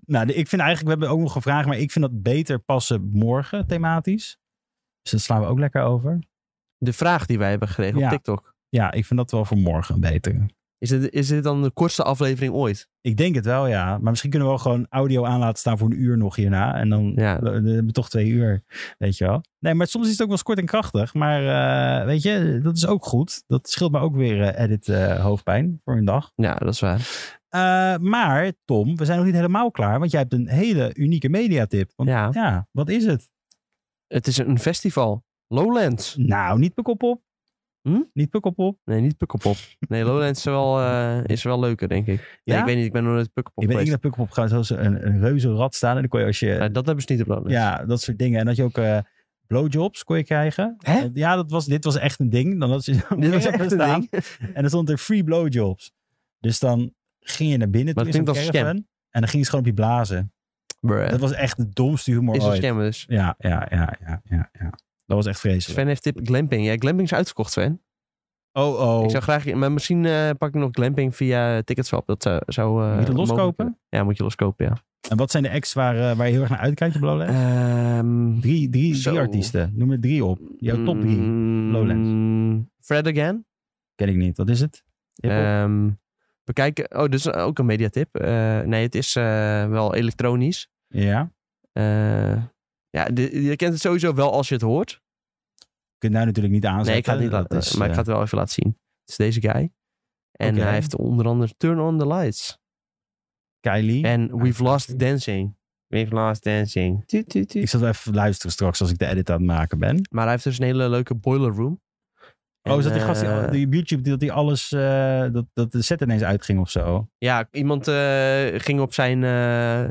Nou, ik vind eigenlijk, we hebben ook nog gevraagd, maar ik vind dat beter passen morgen thematisch. Dus dat slaan we ook lekker over. De vraag die wij hebben gekregen Ja. op TikTok. Ja, ik vind dat wel voor morgen beter. Is dit, is dit dan de kortste aflevering ooit? Ik denk het wel, ja. Maar misschien kunnen we wel gewoon audio aan laten staan voor een uur nog hierna. En dan Ja. dan hebben we toch twee uur, weet je wel. Nee, maar soms is het ook wel eens kort en krachtig. Maar uh, weet je, dat is ook goed. Dat scheelt me ook weer uh, edit uh, hoofdpijn voor een dag. Ja, dat is waar. Uh, maar Tom, we zijn nog niet helemaal klaar. Want jij hebt een hele unieke mediatip. Want Ja. ja, wat is het? Het is een festival. Lowlands. Nou, niet Pukkelpop. Hm? Niet Pukkelpop. Nee, niet Pukkelpop. Nee, Lowlands is wel, uh, is wel leuker, denk ik. Nee, Ja? ik weet niet, ik ben nog nooit Pukkelpop Ik ben geweest. één keer naar Pukkelpop gegaan, zoals een, een reuze rat staan. En dan kon je als je... Uh, dat hebben ze niet op Lowlands. Ja, dat soort dingen. En dat je ook uh, blowjobs kon je krijgen. Hè? Ja, dat was, dit was echt een ding. Dan had je, Dit was echt een staan. ding. En dan stond er free blowjobs. Dus dan ging je naar binnen Maar toe het in zo'n klinkt als caravan. En dan ging je gewoon op je blazen. Bruh. Dat was echt de domste humor Is een ooit. scam dus. Ja, ja, ja, ja, ja, ja. Dat was echt vreselijk. Sven heeft tip glamping. Ja, glamping is uitverkocht, Sven. Oh, oh. Ik zou graag... Maar misschien uh, pak ik nog glamping via Ticketswap. Dat zou... zou uh, Moet je het loskopen? mogelijk- Ja, moet je loskopen, ja. En wat zijn de acts waar, uh, waar je heel erg naar uitkijkt op Lowlands? Um, drie, drie, zo. drie artiesten. Noem er drie op. Jouw top drie. mm, Lowlands. Fred Again. Ken ik niet. Wat is het? Hip-hop? Um, we kijken... Oh, dus ook een mediatip. Uh, nee, het is uh, wel elektronisch. ja. Uh, ja, de, je kent het sowieso wel als je het hoort. Je kunt nou natuurlijk niet aanzetten. Nee, ik ga het niet laten, Dat is, maar ik uh, ga het wel even laten zien. Het is deze guy. En Oké. hij heeft onder andere Turn on the Lights. Kylie. En We've Ah, Lost Dancing. We've Lost Dancing. Tuut, tuut, tuut. Ik zal even luisteren straks als ik de edit aan het maken ben. Maar hij heeft dus een hele leuke boiler room. Oh, is dat die En, gast die, eh, die op YouTube, die- dat die alles, uh, dat, dat de set ineens uitging of zo? Ja, iemand uh, ging op zijn, uh,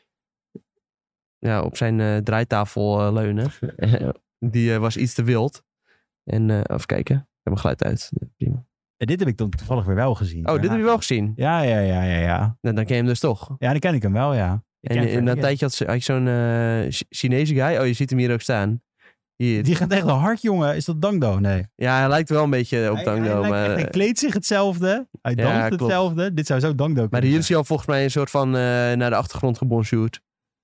ja, op zijn uh, draaitafel uh, leunen. Die uh, was iets te wild. En uh, even kijken. Ik heb mijn geluid uit. Prima. En dit heb ik dan toevallig weer wel gezien. Oh, dit heb je wel gezien? Ja, ja, ja, ja, ja. Nou, dan ken je hem dus toch? Ja, dan ken ik hem wel, ja. Ik En ken in hem- dat ja. tijdje had, ze- had je zo'n uh, Ch- Chinese guy. Oh, je ziet hem hier ook staan. Hier. Die gaat echt wel hard, jongen. Is dat Dangdo? Nee. Ja, hij lijkt wel een beetje op Hij- Dangdo. hij, lijkt maar, echt- hij kleedt zich hetzelfde. Hij Ja, danst klopt. hetzelfde. Dit zou zo Dangdo maar kunnen hier is zijn. hij al volgens mij een soort van uh, naar de achtergrond gebonjourd.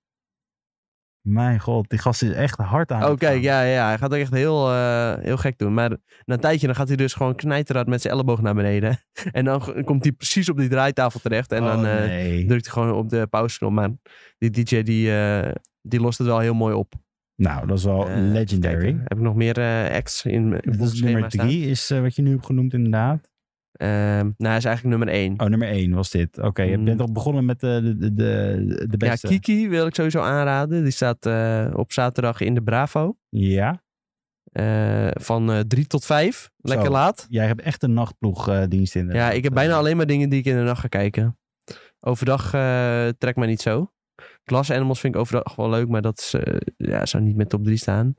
Mijn god, die gast is echt hard aan Oh, het kijk, gaan. ja, ja. Hij gaat ook echt heel, uh, heel gek doen. Maar na een tijdje dan gaat hij dus gewoon knijterhard met zijn elleboog naar beneden. En dan g- komt hij precies op die draaitafel terecht. En Oh, dan uh, nee. drukt hij gewoon op de pauzeknop. Maar die D J, die, uh, die lost het wel heel mooi op. Nou, dat is wel Uh, legendary. even kijken. Heb ik nog meer uh, acts in, in Dat ons is schema nummer staan? drie, is uh, wat je nu hebt genoemd inderdaad. Um, nou, hij is eigenlijk nummer één. Oh, nummer één was dit. Oké, okay, je Mm. bent al begonnen met de, de, de, de Ja, beste. Kiki wil ik sowieso aanraden. Die staat uh, op zaterdag in de Bravo. Ja, Uh, van uh, drie tot vijf. Lekker Zo. laat. jij hebt echt een nachtploegdienst in. Ja, ik heb bijna alleen maar dingen die ik in de nacht ga kijken. Overdag uh, trekt mij niet zo. Glass Animals vind ik overdag wel leuk, maar dat is, uh, ja, zou niet met top drie staan.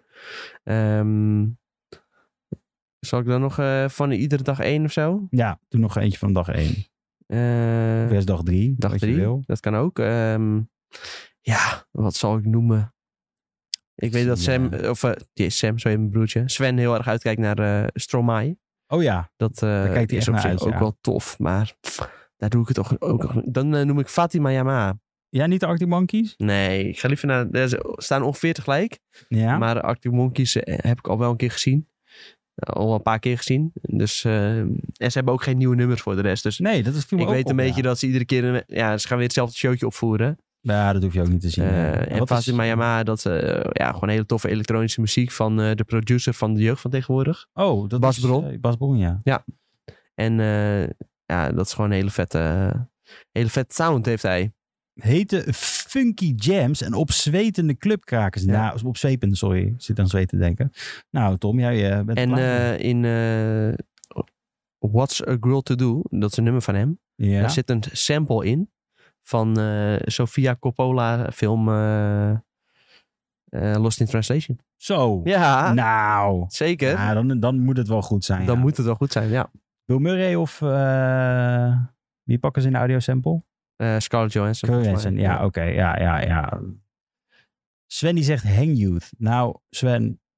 Um, zal ik dan nog uh, van iedere dag één of zo? Ja, doe nog eentje van dag één. Uh, Of is dag drie, dag wat je drie, wil. dat kan ook. Um, ja, wat zal ik noemen? Ik weet dat Sam, Ja. of uh, yeah, Sam, zo heet mijn broertje, Sven heel erg uitkijkt naar uh, Stromae. Oh ja, Dat uh, Daar kijkt hij is echt op naar zich uit, ook ja. wel tof, maar pff, daar doe ik het toch ook nog. Dan uh, noem ik Fatima Yamaha. ja, niet de Arctic Monkeys? Nee, ik ga liever naar, er staan ongeveer tegelijk, Ja, maar de Arctic Monkeys uh, heb ik al wel een keer gezien. Uh, al een paar keer gezien. Dus, uh, en ze hebben ook geen nieuwe nummers voor de rest. Dus nee, dat is viel me ik ook weet een op, beetje ja. dat ze iedere keer, een, ja, ze gaan weer hetzelfde showtje opvoeren. Ja, dat hoef je ook niet te zien. Uh, nee. en Wat is- Fatima Yamaha, dat uh, ja, gewoon hele toffe elektronische muziek van uh, de producer van de jeugd van tegenwoordig. Oh, dat Bas is, Bron. uh, Bas Bron, ja. En uh, ja, dat is gewoon een hele vette, uh, hele vette sound heeft hij. Hete Funky Jams en opzwetende clubkrakers. Ja. Nou, opzwepende, sorry. Ik zit aan zweet te denken. Nou, Tom, jij uh, bent En klaar. uh, in uh, What's a Girl to Do, dat is een nummer van hem. ja? Daar zit een sample in van uh, Sofia Coppola film uh, uh, Lost in Translation. Zo. Ja, Nou. zeker. Ja, dan, dan moet het wel goed zijn. Dan ja. moet het wel goed zijn, ja. Bill Murray of uh, wie pakken ze in de audiosample? Uh, Scarlett Johansson. volgens mij. Ja, oké. Okay, ja, ja, ja. Sven die zegt Hang Youth. Nou, Sven,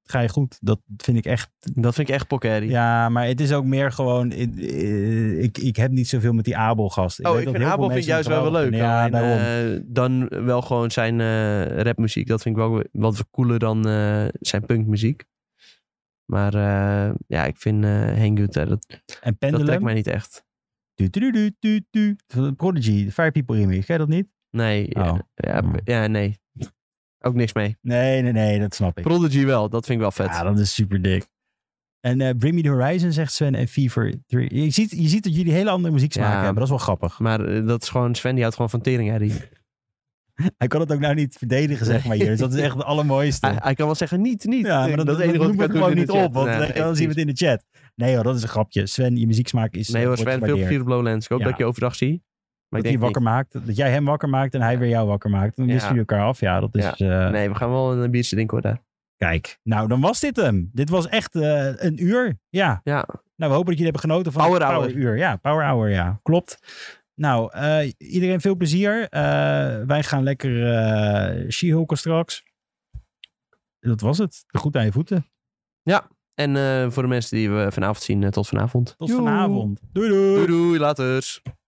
ga je goed. Dat vind ik echt... Dat vind ik echt pokkerrie. Ja, maar het is ook meer gewoon... Ik, ik, ik heb niet zoveel met die Abel-gast. Oh, ik vind Abel vind ik juist wel wel leuk. Ja, alleen, uh, dan wel gewoon zijn uh, rapmuziek. Dat vind ik wel wat cooler dan uh, zijn punkmuziek. Maar uh, ja, ik vind uh, Hang Good, uh, dat, en Pendulum? Dat trekt mij niet echt. Du, du, du, du, du. Prodigy, de Fire People remix. Ken je dat niet? Nee, oh. ja, ja, ja, nee. Ook niks mee. Nee, nee, nee, dat snap ik. Prodigy wel, dat vind ik wel vet. Ja, dat is super dik. En uh, Bring Me The Horizon, zegt Sven, en Fever drie. Je ziet, je ziet dat jullie hele andere muzieksmaken ja, hebben. Dat is wel grappig. Maar uh, dat is gewoon, Sven die houdt gewoon van teringherrie. Hij kan het ook nou niet verdedigen, zeg maar hier. Dus dat is echt het allermooiste. Hij, hij kan wel zeggen, niet, niet. Ja, maar dat, dat, dat, dat noemen we gewoon niet op. Want nee, dan zien we het in de chat. Nee hoor, dat is een grapje. Sven, je muzieksmaak is... Nee hoor, Sven, veel plezier op Lowlands. Ik hoop ja. dat ik je overdag zie. Maar dat hij je wakker maakt. Dat jij hem wakker maakt en hij ja. weer jou wakker maakt. Dan wisselen jullie ja. elkaar af. Ja, dat is... Ja. Uh... Nee, we gaan wel een biertje drinken hoor daar. Kijk, nou dan was dit hem. Dit was echt uh, een uur. Ja. ja. Nou, we hopen dat jullie hebben genoten van Power het Hour. Power Uur. Ja, Power Hour, ja. Klopt. Nou, uh, iedereen veel plezier. Uh, wij gaan lekker uh, She-Hulken straks. Dat was het. Goed aan je voeten. Ja, en uh, voor de mensen die we vanavond zien, uh, tot vanavond. Tot Joe. vanavond. Doei doei. Doei doei, laters.